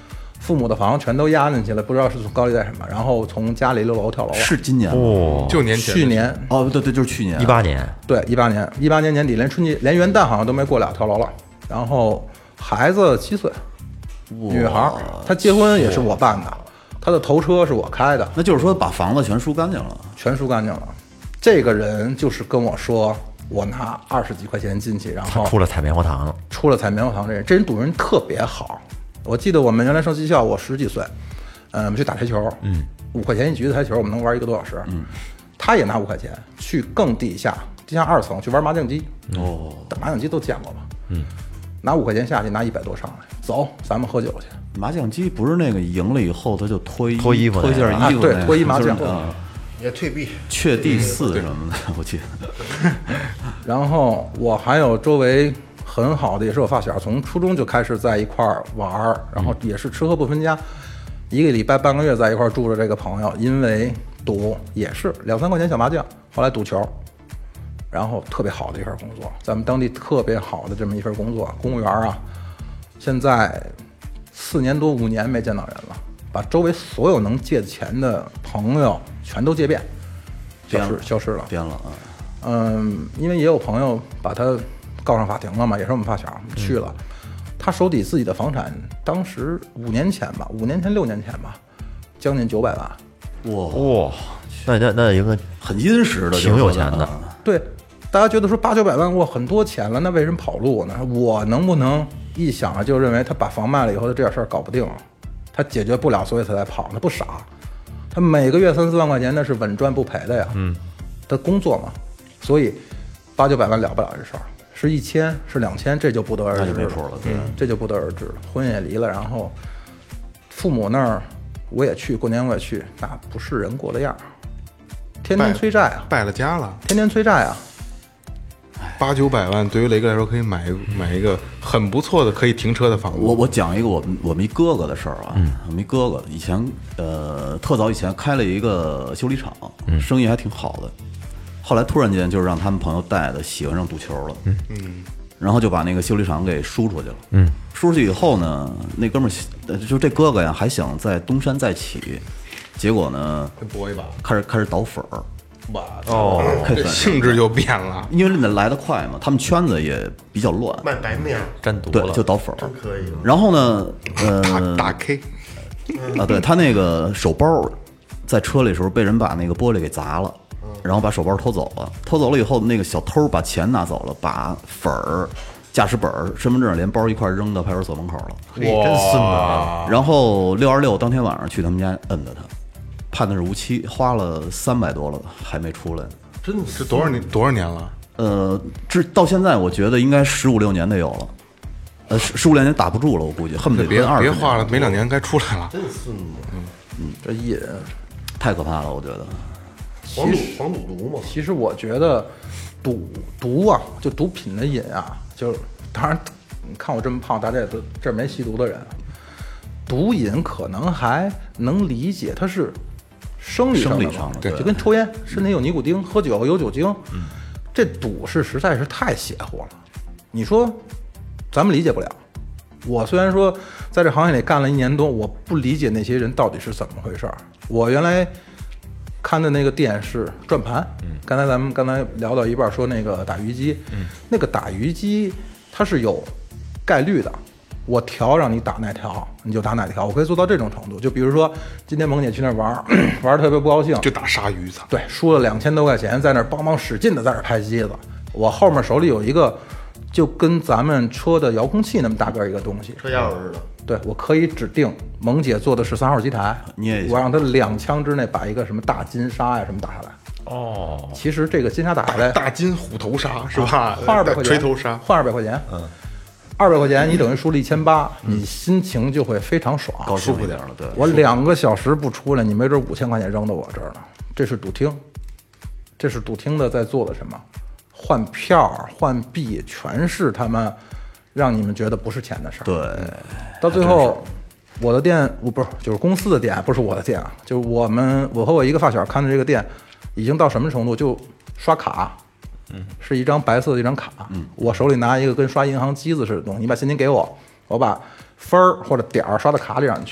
父母的房全都押进去了，不知道是从高利贷什么，然后从家里六楼跳楼了。 是今年吗？ 哦， 就年前去年哦，对对，就是去年一八年， 对一八年一八年年底，连春节连元旦好像都没过了，跳楼了。然后孩子七岁，女孩儿，她结婚也是我办的，她的头车是我开的， 那就是说把房子全输干净了。 全输干净了。这个人就是跟我说，我拿二十几块钱进去，然后他出了采棉花糖， 出了采棉花糖。这人，这人赌人特别好。我记得我们原来上技校，我十几岁，嗯，我们去打台球，嗯，五块钱一局的台球，我们能玩一个多小时，嗯，他也拿五块钱去更地下，地下二层去玩麻将机，哦，打麻将机都见过吧，嗯，拿五块钱下去，拿一百多上来，走，咱们喝酒去。 麻将机不是那个赢了以后他就脱衣脱衣服那个脱件衣服、 啊对脱衣麻将就是啊也退币。 雀地四什么的，我记得。 然后我还有周围很好的，也是我发小，从初中就开始在一块儿玩儿，然后也是吃喝不分家，一个礼拜半个月在一块儿住着。这个朋友因为赌也是两三块钱小麻将，后来赌球，然后特别好的一份工作，咱们当地特别好的这么一份工作，公务员啊，现在四年多五年没见到人了，把周围所有能借钱的朋友全都借遍，消失消失了， 编了啊。 嗯，因为也有朋友把他告上法庭了嘛，也是我们发小去了。他手底自己的房产，当时五年前吧，五年前六年前吧，将近九百万。 哇哇，那那那应该很殷实的， 挺有钱的。 对，大家觉得说八九百万哇很多钱了，那为什么跑路呢？我能不能一想啊就认为他把房卖了以后，他这点事儿搞不定，他解决不了，所以他才跑？他不傻，他每个月三四万块钱那是稳赚不赔的呀。嗯，他工作嘛，所以八九百万了不了这事儿。是一千是两千，这就不得而知了， 那就没谱了，对、 嗯，这就不得而知了。婚也离了，然后父母那儿我也去，过年我也去，那不是人过的样儿，天天催债啊， 败了家了， 天天催债啊。 八九百万对于雷哥来说可以买买一个很不错的可以停车的房子。 我我讲一个我们我们一哥哥的事儿啊，嗯、我们一哥哥以前呃特早以前开了一个修理厂，嗯、生意还挺好的。后来突然间就是让他们朋友带的喜欢上赌球了，嗯嗯，然后就把那个修理厂给输出去了，嗯，输出去以后呢，那哥们儿就这哥哥呀还想在东山再起，结果呢搏一把， 开始开始倒粉儿， 哇哦，这性质就变了， 因为那来得快嘛，他们圈子也比较乱， 卖白面对， 沾毒了， 就倒粉儿， 可以。 然后呢，呃， 打 K 啊，对他那个手包在车里的时候被人把那个玻璃给砸了。然后把手包偷走了，偷走了以后，那个小偷把钱拿走了，把粉儿、驾驶本、身份证连包一块扔到派出所门口了。 哇，真孙子啊！ 然后六二六当天晚上去他们家摁的他，判的是无期，花了三百多了还没出来。 真的这多少年多少年了？ 呃，这到现在我觉得应该十五六年得有了。呃，十十五六年打不住了，我估计恨不得别跟二十别画了，没两年该出来了。 真孙子， 嗯，这瘾太可怕了，我觉得。 黄赌黄赌毒嘛。 其实我觉得赌毒啊，就毒品的瘾啊，就是当然，你看我这么胖，大家也都这儿没吸毒的人，毒瘾可能还能理解，它是生理上的嘛， 生理上的对， 对就跟抽烟，身体有尼古丁，喝酒有酒精，嗯，这赌是实在是太邪乎了。你说咱们理解不了。我虽然说在这行业里干了一年多，我不理解那些人到底是怎么回事儿。我原来看的那个店是转盘，嗯，刚才咱们刚才聊到一半说那个打鱼机，嗯，那个打鱼机它是有概率的，我调让你打哪条你就打哪条，我可以做到这种程度。就比如说今天萌姐去那玩玩特别不高兴， 就打鲨鱼子， 对，输了两千多块钱，在那儿帮忙使劲的在那儿拍机子，我后面手里有一个就跟咱们车的遥控器那么大个一个东西， 车钥匙似的。 对，我可以指定萌姐做的是三号机台， 捏一下我让她两枪之内把一个什么大金沙呀什么打下来。 哦， 其实这个金沙打下来， 大金虎头鲨是吧？ 花二百块钱， 锤头鲨， 换二百块钱，嗯，二百块钱你等于输了一千八，你心情就会非常爽， 高兴一点了，对。 我两个小时不出来，你没准五千块钱扔到我这儿了，这是赌厅，这是赌厅的在做的什么？换票、换币，全是他们让你们觉得不是钱的事儿。 对， 到最后，我的店，我不是就是公司的店，不是我的店啊，就是我们我和我一个发小看的这个店，已经到什么程度？就刷卡，嗯，是一张白色的一张卡，嗯，我手里拿一个跟刷银行机子似的东西，你把现金给我，我把分儿或者点儿刷到卡里让你去，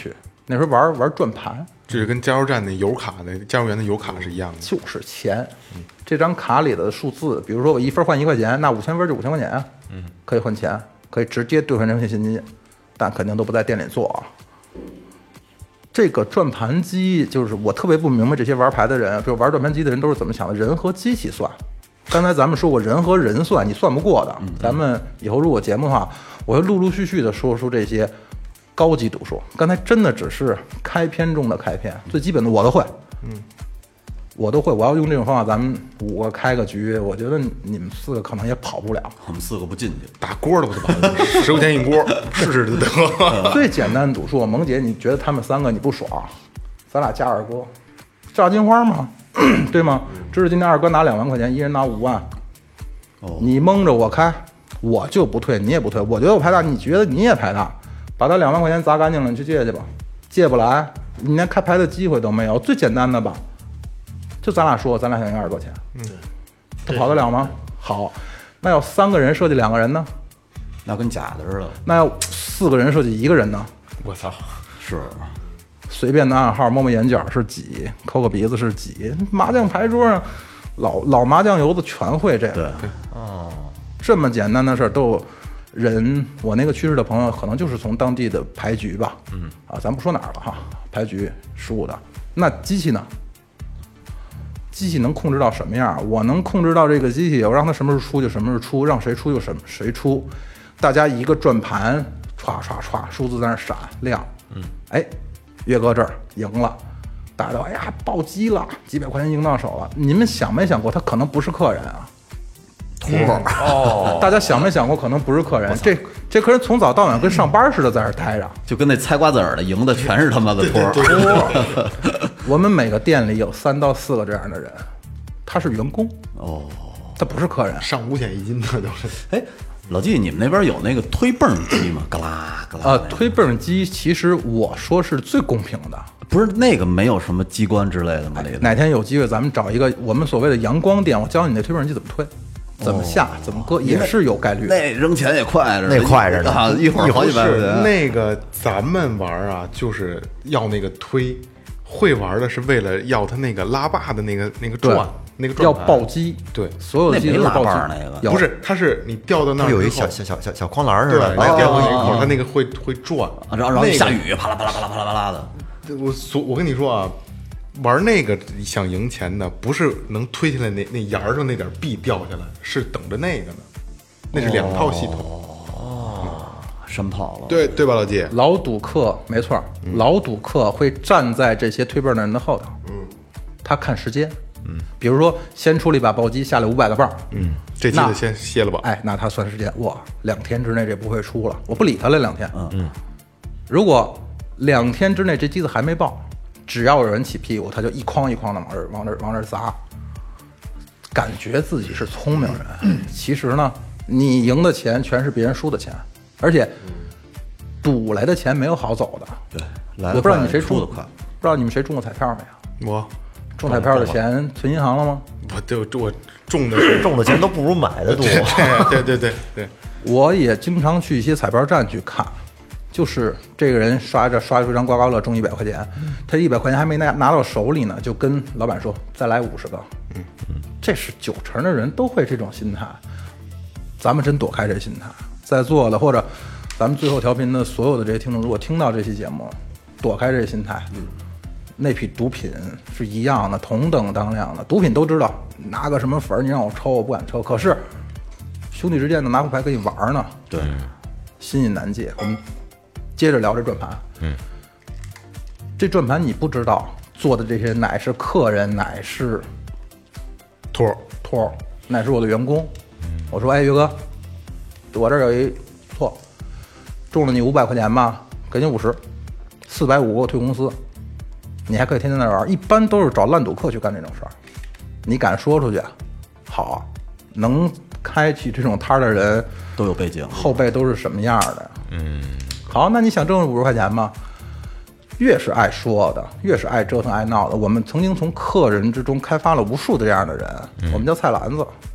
那时候玩玩转盘， 这是跟加油站那油卡的加油员的油卡是一样的。 就是钱。这张卡里的数字，比如说我一分换一块钱，那五千分就五千块钱啊，嗯，可以换钱，可以直接兑换成现金，但肯定都不在店里做啊。这个转盘机，就是我特别不明白这些玩牌的人，就玩转盘机的人都是怎么想的？人和机器算。刚才咱们说过，人和人算，你算不过的。咱们以后如果节目的话，我会陆陆续续的说出这些高级赌术。刚才真的只是开篇中的开篇，最基本的我都会，嗯，我都会。我要用这种方法，咱们五个开个局，我觉得你们四个可能也跑不了。 我们四个不进去， 打锅的我就跑了，十块钱一锅，试试就得。 最简单的赌术，萌姐，你觉得他们三个你不爽？咱俩加二哥，炸金花嘛，对吗？知道今天二哥拿两万块钱，一人拿五万，哦，你蒙着我开，我就不退，你也不退。我觉得我牌大，你觉得你也牌大，把他两万块钱砸干净了，你去借去吧，借不来，你连开牌的机会都没有。最简单的吧，就咱俩说，咱俩想赢二十多钱，嗯，他跑得了吗？好，那要三个人设计两个人呢？ 那跟假的似的。 那要四个人设计一个人呢？ 我操， 是。 随便的暗号，摸摸眼角是几，抠个鼻子是几。麻将牌桌上，老老麻将油子全会这个。 对， 哦，这么简单的事儿都有人。我那个去世的朋友，可能就是从当地的牌局吧，嗯，啊，咱不说哪儿了哈，牌局输的。那机器呢？机器能控制到什么样？我能控制到这个机器，我让它什么时候出就什么时候出，让谁出就什么谁出。大家一个转盘，歘歘歘，数字在那闪亮，嗯，哎。岳哥这儿赢了，大家都哎呀暴击了，几百块钱赢到手了。你们想没想过，他可能不是客人啊，托儿、嗯、哦。大家想没想过，可能不是客人，这这客人从早到晚跟上班似的在这儿待着， 就跟那猜瓜子儿的赢的全是他妈的托儿。 我们每个店里有三到四个这样的人，他是员工哦， 他不是客人， 上五险一金的都是。 哎。老纪，你们那边有那个推泵机吗？嘎啦嘎啦。 呃，推泵机其实我说是最公平的， 不是那个没有什么机关之类的吗？那个哪天有机会咱们找一个我们所谓的阳光店，我教你那推泵机怎么推，怎么下，怎么搁，也是有概率。 那扔钱也快着， 那快着呢， 一会儿好几百块钱。 那个咱们玩啊，就是要那个推，会玩的是为了要他那个拉把的那个那个转。那个要暴击， 对， 所有的机都是暴击。 那个不是，它是你掉到那儿有一小小小小小框栏似的， 掉过一口，它那个会会转， 然后然后下雨，啪啦啪啦啪啦啪啦啪啦的。 我所我跟你说啊，玩那个想赢钱的，不是能推下来那那沿儿上那点币掉下来，是等着那个呢，那是两套系统。 哦，山炮了， 对对吧，老季？ 老赌客没错，老赌客会站在这些推泵的人的后头，嗯，他看时间。嗯，比如说先出了一把暴击，下来五百个棒， 嗯，这机子先歇了吧。 哎，那他算时间，哇，两天之内这不会出了，我不理他了两天。嗯嗯，如果两天之内这机子还没爆，只要有人起屁股，他就一筐一筐的往这往这往这砸，感觉自己是聪明人，嗯、其实呢，你赢的钱全是别人输的钱，而且赌来的钱没有好走的。 对， 我不知道你谁中的快， 不知道你们谁中过彩票没有？ 我。 中彩票的钱存银行了吗？ 我就我中的是中的钱都不如买的多。 对对对对， 我也经常去一些彩票站去看，就是这个人刷着刷出一张刮刮乐中一百块钱，他一百块钱还没拿拿到手里呢，就跟老板说再来五十个。嗯嗯，这是九成的人都会这种心态，咱们真躲开这心态。在座的或者咱们最后调频的所有的这些听众，如果听到这期节目，躲开这心态。嗯，那批毒品是一样的，同等当量的。毒品都知道，拿个什么粉儿，你让我抽，我不敢抽。可是兄弟之间的拿副牌跟你玩呢， 对， 心瘾难戒。我们接着聊这转盘，嗯，这转盘你不知道做的这些乃是客人，乃是托托，乃是我的员工。我说，哎，岳哥，我这儿有一错，中了你五百块钱吧，给你五十，四百五给我退公司。你还可以天天在那玩，一般都是找烂赌客去干这种事儿。你敢说出去，好，能开启这种摊的人都有背景， 后背都是什么样的？嗯，好，那你想挣五十块钱吗？越是爱说的，越是爱折腾、爱闹的。我们曾经从客人之中开发了无数的这样的人，嗯、我们叫菜篮子。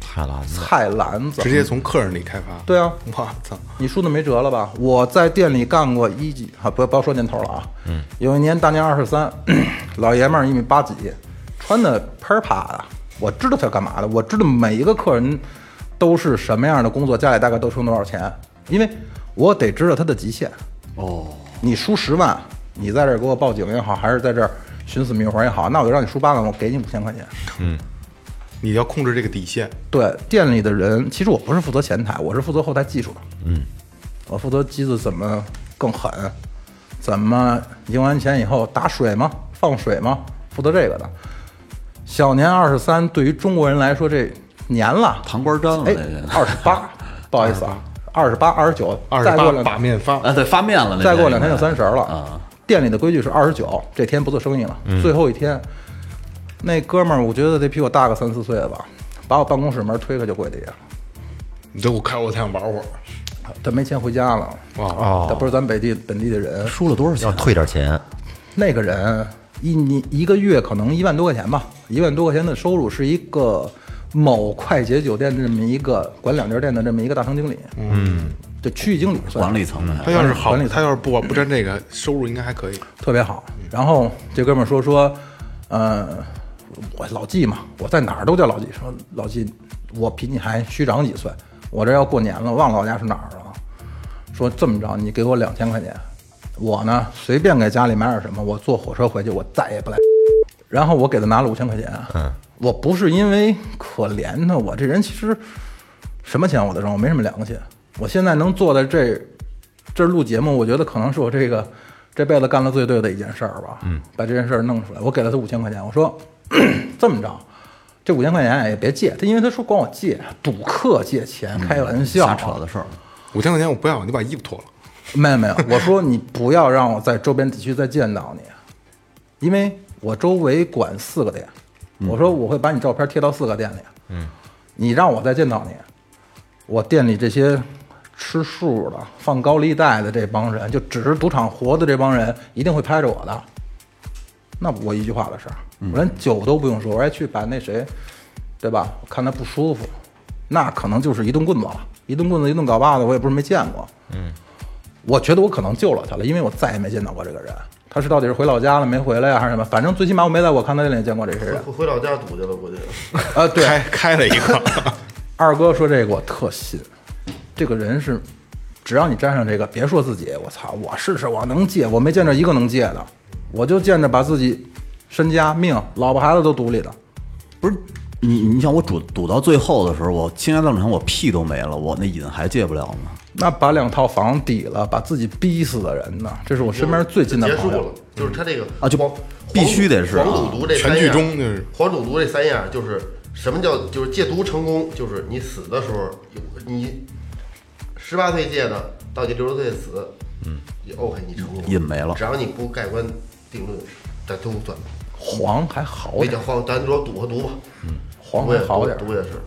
菜篮子， 菜篮子直接从客人里开发。 对啊， 我操， 你输的没辙了吧？我在店里干过一级啊，不要不要说年头了啊。嗯，有一年大年二十三，老爷们儿一米八几，穿的喷啪的，我知道他干嘛的，我知道每一个客人都是什么样的工作，家里大概都挣多少钱，因为我得知道他的极限。 哦， 你输十万，你在这儿给我报警也好，还是在这儿寻死觅活也好，那我就让你输八万，我给你五千块钱。 嗯，你要控制这个底线。 对，店里的人，其实我不是负责前台，我是负责后台技术的。嗯，我负责机子怎么更狠，怎么赢完钱以后打水吗？放水吗？负责这个的。小年二十三，对于中国人来说，这年了， 糖官粘了， 哎，二十八，不好意思啊，二十八、二十九， 二十八再过两把面发， 啊，对，发面了，那再过两天就三十了啊。 店里的规矩是二十九，这天不做生意了。 嗯、 最后一天，那哥们儿我觉得得比我大个三四岁了吧，把我办公室门推开就跪地下。 你等我开，我想玩会儿。 他没钱回家了， 哦， 他不是咱本地本地的人， 输了多少钱？ 要退点钱。 那个人一你一个月可能一万多块钱吧，一万多块钱的收入，是一个某快捷酒店这么一个管两家店的这么一个大堂经理，嗯，就区域经理算管理层的。 他要是好管理， 他要是不不沾这个，收入应该还可以， 特别好。然后这哥们儿说说，呃，我老纪嘛，我在哪儿都叫老纪。说老纪，我比你还虚长几岁，我这要过年了，忘了我家是哪儿了。说这么着，你给我两千块钱，我呢随便给家里买点什么，我坐火车回去，我再也不来。然后我给他拿了五千块钱，嗯，我不是因为可怜他，我这人其实什么钱我都挣，我没什么良心。我现在能坐在这这录节目，我觉得可能是我这个这辈子干了最对的一件事儿吧。嗯，把这件事儿弄出来，我给了他五千块钱，我说这么着，这五千块钱也别借他，因为他说管我借，赌客借钱，开玩笑， 瞎扯的事儿。 五千块钱我不要，你把衣服脱了。 没有没有，我说你不要让我在周边地区再见到你，因为我周围管四个店，我说我会把你照片贴到四个店里，嗯，你让我再见到你，我店里这些吃素的、放高利贷的这帮人，就只是赌场活的这帮人，一定会拍着我的。那我一句话的事儿，我连酒都不用说，我还去把那谁，对吧？我看他不舒服，那可能就是一顿棍子了，一顿棍子一顿镐把子，我也不是没见过。嗯，我觉得我可能救了他了，因为我再也没见到过这个人。他是到底是回老家了没回来呀，还是什么？反正最起码我没在我看他店里见过这些人。 回老家赌去了，估计。 啊，对， 开开了一个。 二哥说这个我特信，这个人是，只要你沾上这个，别说自己，我操，我试试，我能借，我没见着一个能借的，我就见着把自己身家命、老婆孩子都赌里的。 不是你，你想我赌赌到最后的时候，我倾家荡产，我屁都没了，我那瘾还戒不了吗？ 那把两套房抵了，把自己逼死的人呢？这是我身边最近的朋友。 结束了，就是他这个啊，就黄必须得是黄赌毒这三全剧样， 终就是黄赌毒这三样，就是什么叫就是戒毒成功，就是你死的时候，你十八岁戒的，到你六十岁死，嗯，也 OK， 你成功瘾没了， 只要你不盖棺定论，咱都算。 黄还好点， 没叫黄，咱说赌和毒吧， 嗯，黄还好点， 毒也是。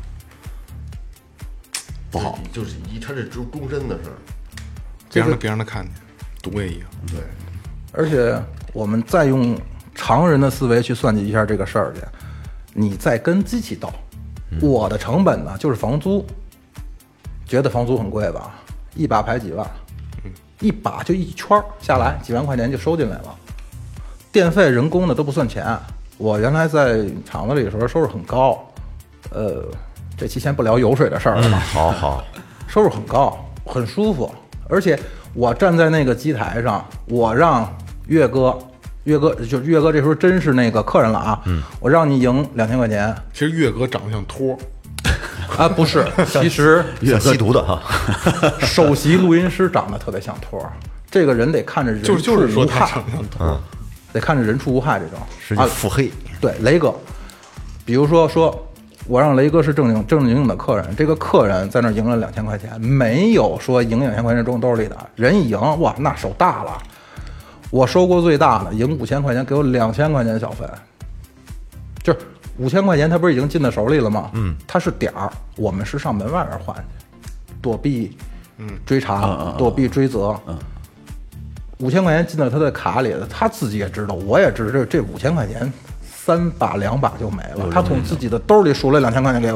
不好， 就是一，他是终终身的事儿， 别让他别让他看见，毒也一样。 对， 而且我们再用常人的思维去算计一下这个事儿去，你再跟机器斗，我的成本呢就是房租，觉得房租很贵吧？一把排几万，一把就一圈下来几万块钱就收进来了，电费、人工的都不算钱。我原来在厂子里的时候收入很高，呃。这期先不聊油水的事儿了吧？ 好好， 收入很高，很舒服，而且我站在那个机台上，我让岳哥，岳哥就岳哥这时候真是那个客人了啊，嗯，我让你赢两千块钱。 其实岳哥长得像托啊，不是，其实岳吸毒的哈， 首席录音师长得特别像托，这个人得看着人就是就是说他长得像托， 得看着人畜无害这种， 实际腹黑。 对，雷哥，比如说说。我让雷哥是正经正经经的客人，这个客人在那赢了两千块钱，没有说赢两千块钱装兜里的，人一赢哇，那手大了。我收过最大的，赢五千块钱，给我两千块钱小费，就是五千块钱，他不是已经进到手里了吗？嗯，他是点儿，我们是上门外边换去，躲避，嗯，追查，躲避追责，嗯，五千块钱进到他的卡里了，他自己也知道，我也知道，这这五千块钱。三把两把就没了，他从自己的兜里数了两千块钱给我，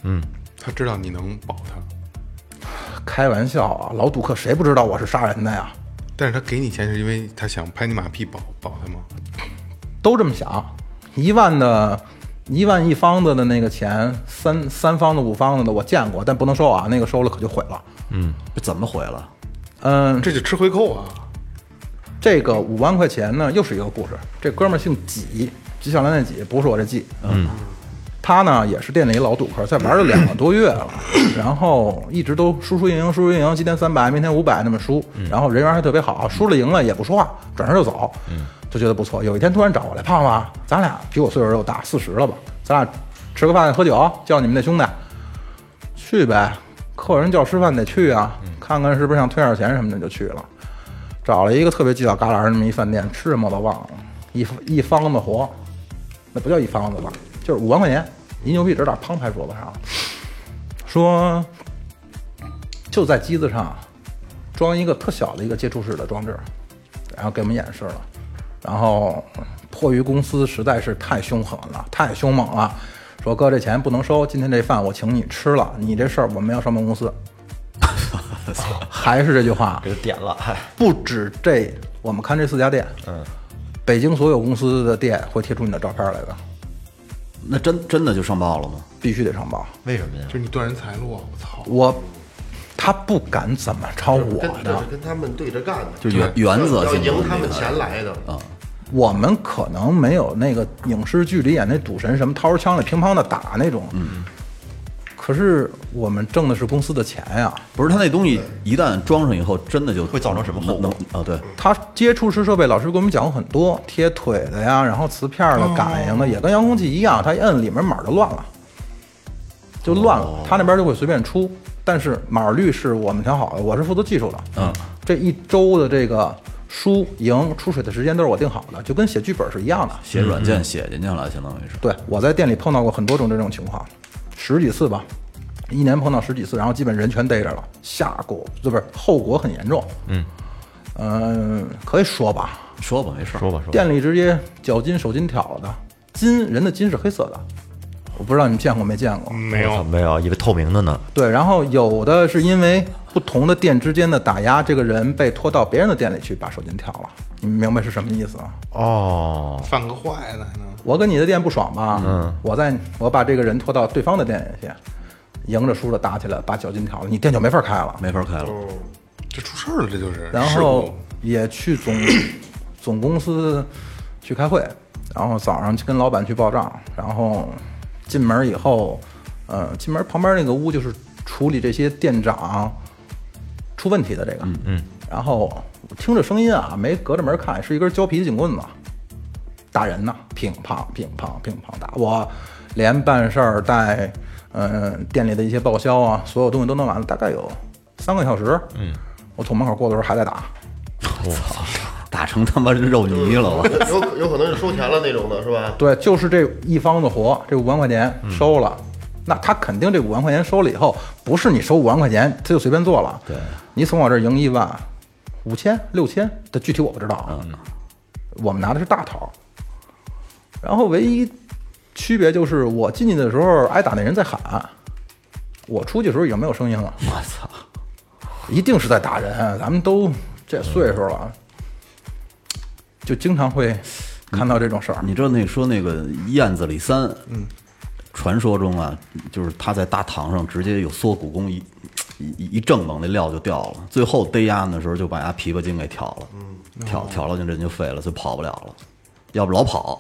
嗯，他知道你能保他， 开玩笑啊，老赌客谁不知道我是杀人的呀？ 但是他给你钱是因为他想拍你马屁保保他吗？ 都这么想，一万的，一万一方子的那个钱，三三方的、五方子的我见过，但不能收啊，那个收了可就毁了。 嗯，怎么毁了？ 嗯， 这就吃回扣啊。 这个五万块钱呢，又是一个故事。这哥们儿姓纪，纪晓岚那纪，不是我这纪。嗯，他呢也是店里一老赌客，在玩了两个多月了，然后一直都输输赢赢，输输赢赢，今天三百，明天五百那么输，然后人缘还特别好，输了赢了也不说话，转身就走。嗯，就觉得不错。有一天突然找过来，胖子，咱俩比我岁数又大，四十了吧？咱俩吃个饭喝酒，叫你们那兄弟去呗。客人叫吃饭得去啊，看看是不是想退点钱什么的就去了。找了一个特别犄角旮旯那么一饭店，吃什么我都忘了，一一方子活，那不叫一方子吧，就是五万块钱。一牛逼直打砰拍桌子上，说就在机子上装一个特小的一个接触式的装置，然后给我们演示了。然后迫于公司实在是太凶狠了，太凶猛了，说哥这钱不能收，今天这饭我请你吃了，你这事儿我们要上办公司。还是这句话， 给他点了， 不止这，我们看这四家店，嗯，北京所有公司的店会贴出你的照片来的。 那真真的就上报了吗？ 必须得上报。 为什么呀？ 就是你断人财路啊！我操！ 我他不敢怎么着我跟这的是，跟他们对着干的， 就原原则要性的赢他们那个钱来的啊。 我们可能没有那个影视剧里演那赌神什么掏出枪来乒乓的打那种，嗯。可是我们挣的是公司的钱呀， 不是他那东西一旦装上以后，真的就会造成什么后果啊？对， 他接触式设备，老师给我们讲过很多，贴腿的呀，然后磁片的、感应的，也跟遥控器一样，他一摁里面码就乱了，就乱了。他那边就会随便出，但是码率是我们调好的，我是负责技术的。嗯，这一周的这个输赢出水的时间都是我定好的，就跟写剧本是一样的。 写软件写进去了，相当于是。 对，我在店里碰到过很多种这种情况。十几次吧，一年碰到十几次，然后基本人全逮着了，下果这不是后果很严重。嗯，嗯、呃，可以说吧， 说吧，没事， 说吧，说吧。 店里直接脚筋手筋挑了的，筋人的筋是黑色的，我不知道你们见过没见过？ 没有， 没有，以为透明的呢。 对，然后有的是因为不同的店之间的打压，这个人被拖到别人的店里去把手筋挑了，你们明白是什么意思啊？ 哦， 犯个坏的呢。 我跟你的店不爽吧？嗯，我在我把这个人拖到对方的店里去，赢着输着打起来，把脚筋挑了，你店就没法开了， 没法开了， 这出事儿了，这就是。 然后也去总总公司去开会，然后早上跟老板去报账，然后进门以后，呃，进门旁边那个屋就是处理这些店长出问题的这个，嗯嗯，然后听着声音啊，没隔着门看，是一根胶皮的警棍子。打人呢，乒乓乒乓乒乓打我，连办事儿带，嗯、呃，店里的一些报销啊，所有东西都弄完了，大概有三个小时。嗯，我从门口过的时候还在打， 我操，打成他妈肉泥了，我有有可能是收钱了那种的，是吧？ 对，就是这一方的活，这五万块钱收了，嗯、那他肯定这五万块钱收了以后，不是你收五万块钱他就随便做了，对，你从我这儿赢一万，五千六千的具体我不知道啊，嗯、我们拿的是大头。然后唯一区别就是我进去的时候挨打那人在喊，我出去的时候已经没有声音了。 我操， 一定是在打人，咱们都这岁数了，就经常会看到这种事儿。 你知道那说那个燕子李三，嗯，传说中啊，就是他在大堂上直接有缩骨功一一一正猛，那料就掉了。最后逮鸭的时候就把鸭琵琶筋给挑了，嗯，挑挑了就人就废了，就跑不了了，要不老跑。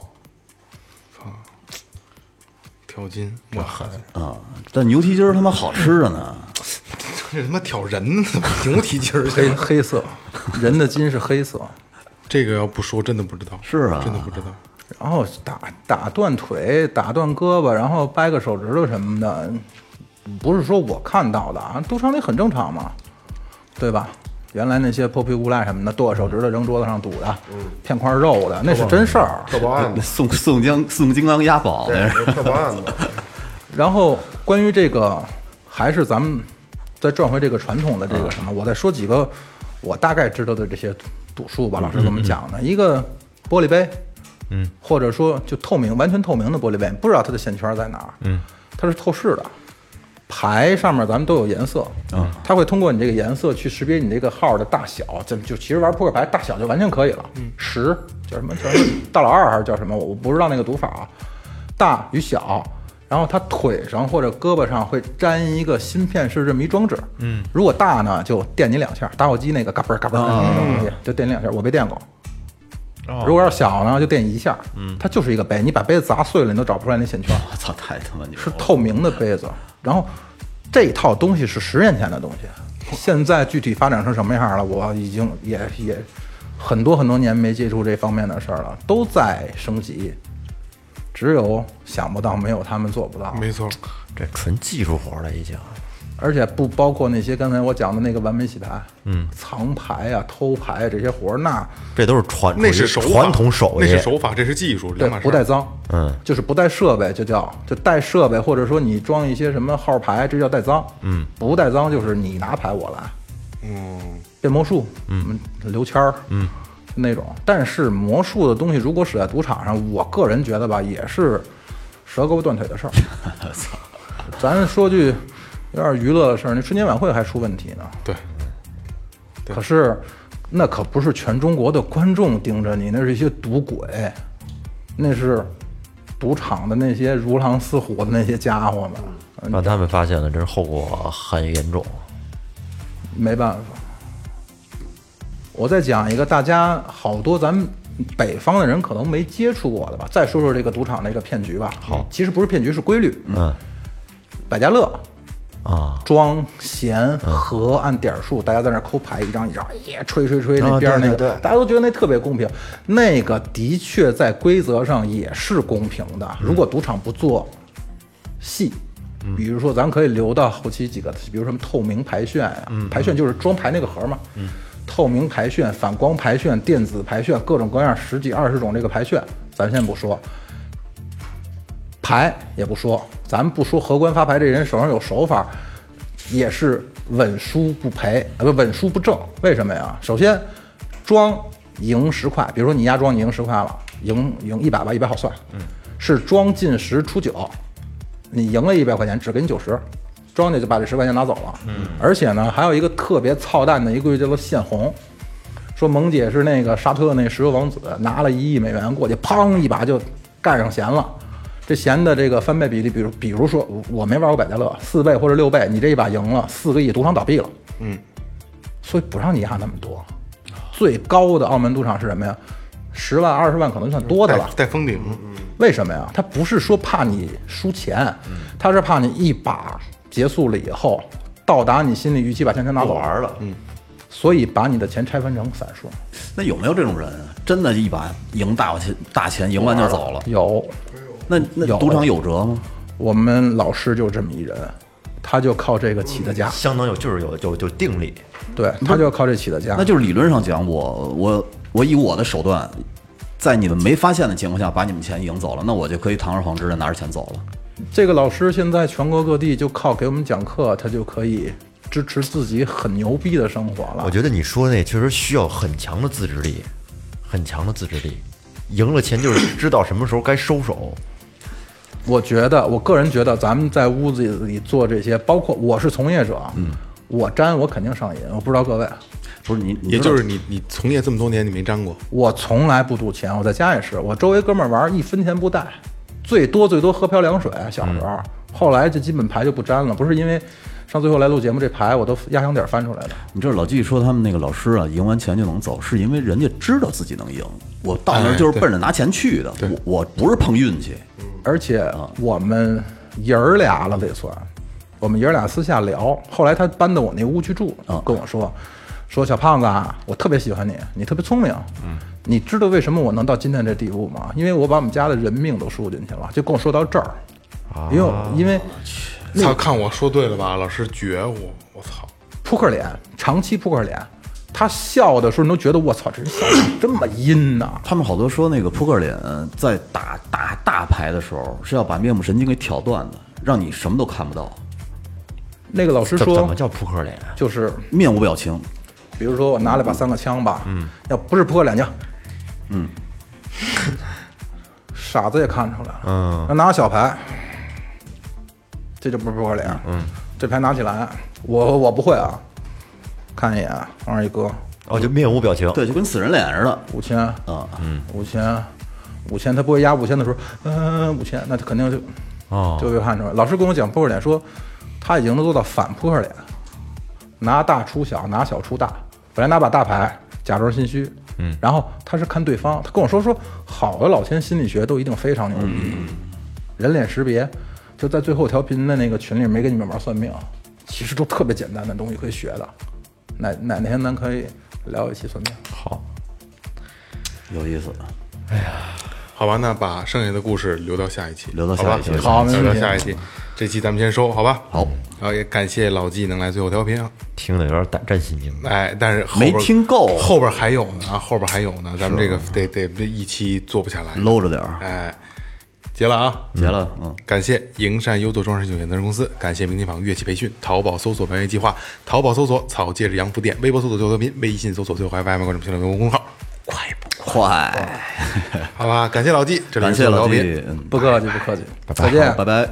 挑筋，我狠啊！但牛蹄筋儿他妈好吃着呢， 这他妈挑人呢，牛蹄筋儿黑黑色，人的筋是黑色， 这个要不说真的不知道， 是啊， 真的不知道。 然后打打断腿，打断胳膊，然后掰个手指头什么的，不是说我看到的啊，赌场里很正常嘛，对吧？原来那些泼皮无赖什么的，剁手指头扔桌子上赌的，嗯、骗块肉的，那是真事儿。 特报案子， 宋宋江宋金刚押宝那是特报案子。 然后关于这个，还是咱们再转回这个传统的这个什么，我再说几个我大概知道的这些赌术吧。老师给我们讲的，一个玻璃杯，嗯，或者说就透明、完全透明的玻璃杯，不知道它的线圈在哪儿，嗯，它是透视的。 牌上面咱们都有颜色，嗯，它会通过你这个颜色去识别你这个号的大小，就就其实玩扑克牌大小就完全可以了。嗯，十叫什么叫什么大老二还是叫什么？我不知道那个读法啊。大与小，然后它腿上或者胳膊上会粘一个芯片式这么一装置。嗯，如果大呢就电你两下，打火机那个嘎嘣嘎嘣那种东西就电你两下，我被电过。如果要小呢，就电一下。嗯，它就是一个杯，你把杯子砸碎了，你都找不出来那线圈。 我操，太他妈牛了！ 是透明的杯子。然后这套东西是十年前的东西，现在具体发展成什么样了，我已经也也很多很多年没接触这方面的事儿了，都在升级。只有想不到，没有他们做不到。 没错， 这纯技术活了已经。 而且不包括那些刚才我讲的那个完美洗牌，嗯，藏牌啊、偷牌啊这些活儿，那这都是传， 那是手法传统手艺， 那是手法，这是技术， 对，不带脏， 嗯， 就是不带设备，就叫就带设备，或者说你装一些什么号牌，这叫带脏， 嗯， 不带脏就是你拿牌我来， 嗯， 变魔术，嗯，刘谦儿，嗯，那种。但是魔术的东西如果使在赌场上，我个人觉得吧，也是折胳膊断腿的事儿。操，咱说句。有点娱乐的事儿，那春节晚会还出问题呢。 对，对可是那可不是全中国的观众盯着你，那是一些赌鬼，那是赌场的那些如狼似虎的那些家伙们。 让他们发现了，这是后果很严重。 没办法，我再讲一个，大家好多咱们北方的人可能没接触过的吧。再说说这个赌场那个骗局吧。 好， 其实不是骗局，是规律。 嗯， 百家乐。 啊， 庄闲和按点数，大家在那抠牌，一张一张，耶，吹吹吹，那边那个，大家都觉得那特别公平。那个的确在规则上也是公平的。如果赌场不做细，比如说咱可以留到后期几个，比如什么透明牌炫呀，牌炫就是装牌那个盒嘛，透明牌炫、反光牌炫、电子牌炫，各种各样十几二十种这个牌炫，咱先不说。牌也不说，咱们不说荷官发牌这人手上有手法，也是稳输不赔，啊不稳输不正。为什么呀？首先，庄赢十块，比如说你压庄你赢十块了，赢赢一百吧，一百好算。嗯，是庄进十出九，你赢了一百块钱，只给你九十，庄家就把这十块钱拿走了。嗯，而且呢，还有一个特别操蛋的一个规矩叫做限红。说萌姐是那个沙特那石油王子，拿了一亿美元过去，砰一把就干上弦了。这弦的这个翻倍比例，比如比如说我没玩过百家乐，四倍或者六倍，你这一把赢了四个亿，赌场倒闭了，嗯，所以不让你压那么多。最高的澳门赌场是什么呀？十万、二十万可能算多的了， 带封顶。 为什么呀？他不是说怕你输钱，他是怕你一把结束了以后，到达你心理预期，把钱全拿走玩了， 嗯，所以把你的钱拆分成散数。 那有没有这种人？真的，一把赢大钱，大钱赢完就走了？ 有。 那那赌场有辙吗？ 我们老师就这么一人，他就靠这个起的家， 相当有就是有有有定力， 对，他就靠这起的家。 那就是理论上讲，我我我以我的手段，在你们没发现的情况下把你们钱赢走了，那我就可以堂而皇之的拿着钱走了。 这个老师现在全国各地就靠给我们讲课，他就可以支持自己很牛逼的生活了。 我觉得你说那确实需要很强的自制力，很强的自制力。赢了钱就是知道什么时候该收手。 我觉得，我个人觉得，咱们在屋子里做这些，包括我是从业者，嗯，我沾我肯定上瘾。我不知道各位， 不是你， 也就是你，你从业这么多年，你没沾过？ 我从来不赌钱，我在家也是，我周围哥们儿玩一分钱不带，最多最多喝瓢凉水。小时候，嗯、后来这基本牌就不沾了，不是因为上最后来录节目这牌我都压箱底儿翻出来的。 你知道老季说他们那个老师啊，赢完钱就能走，是因为人家知道自己能赢。我到那儿就是奔着拿钱去的，哎、我我不是碰运气。 而且我们爷儿俩了得算，我们爷儿俩私下聊。后来他搬到我那屋去住，跟我说说小胖子啊，我特别喜欢你，你特别聪明。嗯，你知道为什么我能到今天这地步吗？因为我把我们家的人命都输进去了。就跟我说到这儿，啊、因为因为操，看我说对了吧？老师觉悟，我操， 扑克脸，长期扑克脸。他笑的时候，你都觉得我操，这人笑得这么阴呐、啊！ 他们好多说那个扑克脸在打打大牌的时候是要把面部神经给挑断的，让你什么都看不到。 那个老师说， 怎么叫扑克脸？ 就是面无表情。 比如说我拿了把三个枪吧，嗯，要不是扑克脸就，嗯，傻子也看出来了，嗯，拿个小牌， 这就不是扑克脸。嗯，这牌拿起来，我我不会啊，看一眼，往上一搁， 哦，就面无表情， 对，就跟死人脸似的。 五千啊， 嗯，五千，五千，他不会压五千的时候，嗯，五千，那他肯定就哦， 就被看出来。老师跟我讲扑克脸说，他已经能做到反扑克脸，拿大出小，拿小出大。本来拿把大牌，假装心虚，嗯，然后他是看对方，他跟我说说，好的老千心理学都一定非常牛逼，嗯、人脸识别，就在最后调频的那个群里没给你们玩算命，其实都特别简单的东西可以学的。哪哪天咱可以聊一期算命？ 好， 有意思。 哎呀，好吧，那把剩下的故事留到下一期， 留到下一期， 好， 留到下一期。这期咱们先收，好吧？ 好， 然后也感谢老纪能来最后调频啊， 听得有点胆战心惊。 哎，但是后没边听够， 后边还有呢啊，后边还有呢，咱们这个得得这一期做不下来， 搂着点儿。 哎，结了啊， 结了，嗯， 感谢营山优作装饰有限责任公司，感谢明天坊乐器培训，淘宝搜索“白乐计划”，淘宝搜索“草戒指洋服店”，微博搜索“最后调频”，微信搜索“最后 F M”，关注新浪微博公众号，快不快？ 好吧，感谢老纪，这里感是谢老纪， 嗯， 不客气，不客气， 拜拜， 再见， 拜拜。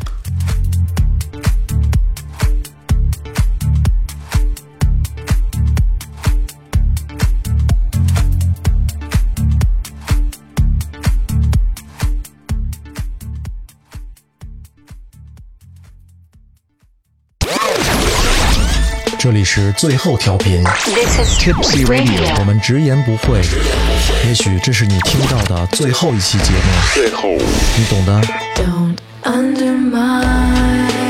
这里是最后调频 This is Tipsy Radio， 我们直言不讳，也许这是你听到的最后一期节目，最后，你懂的。 Don't undermine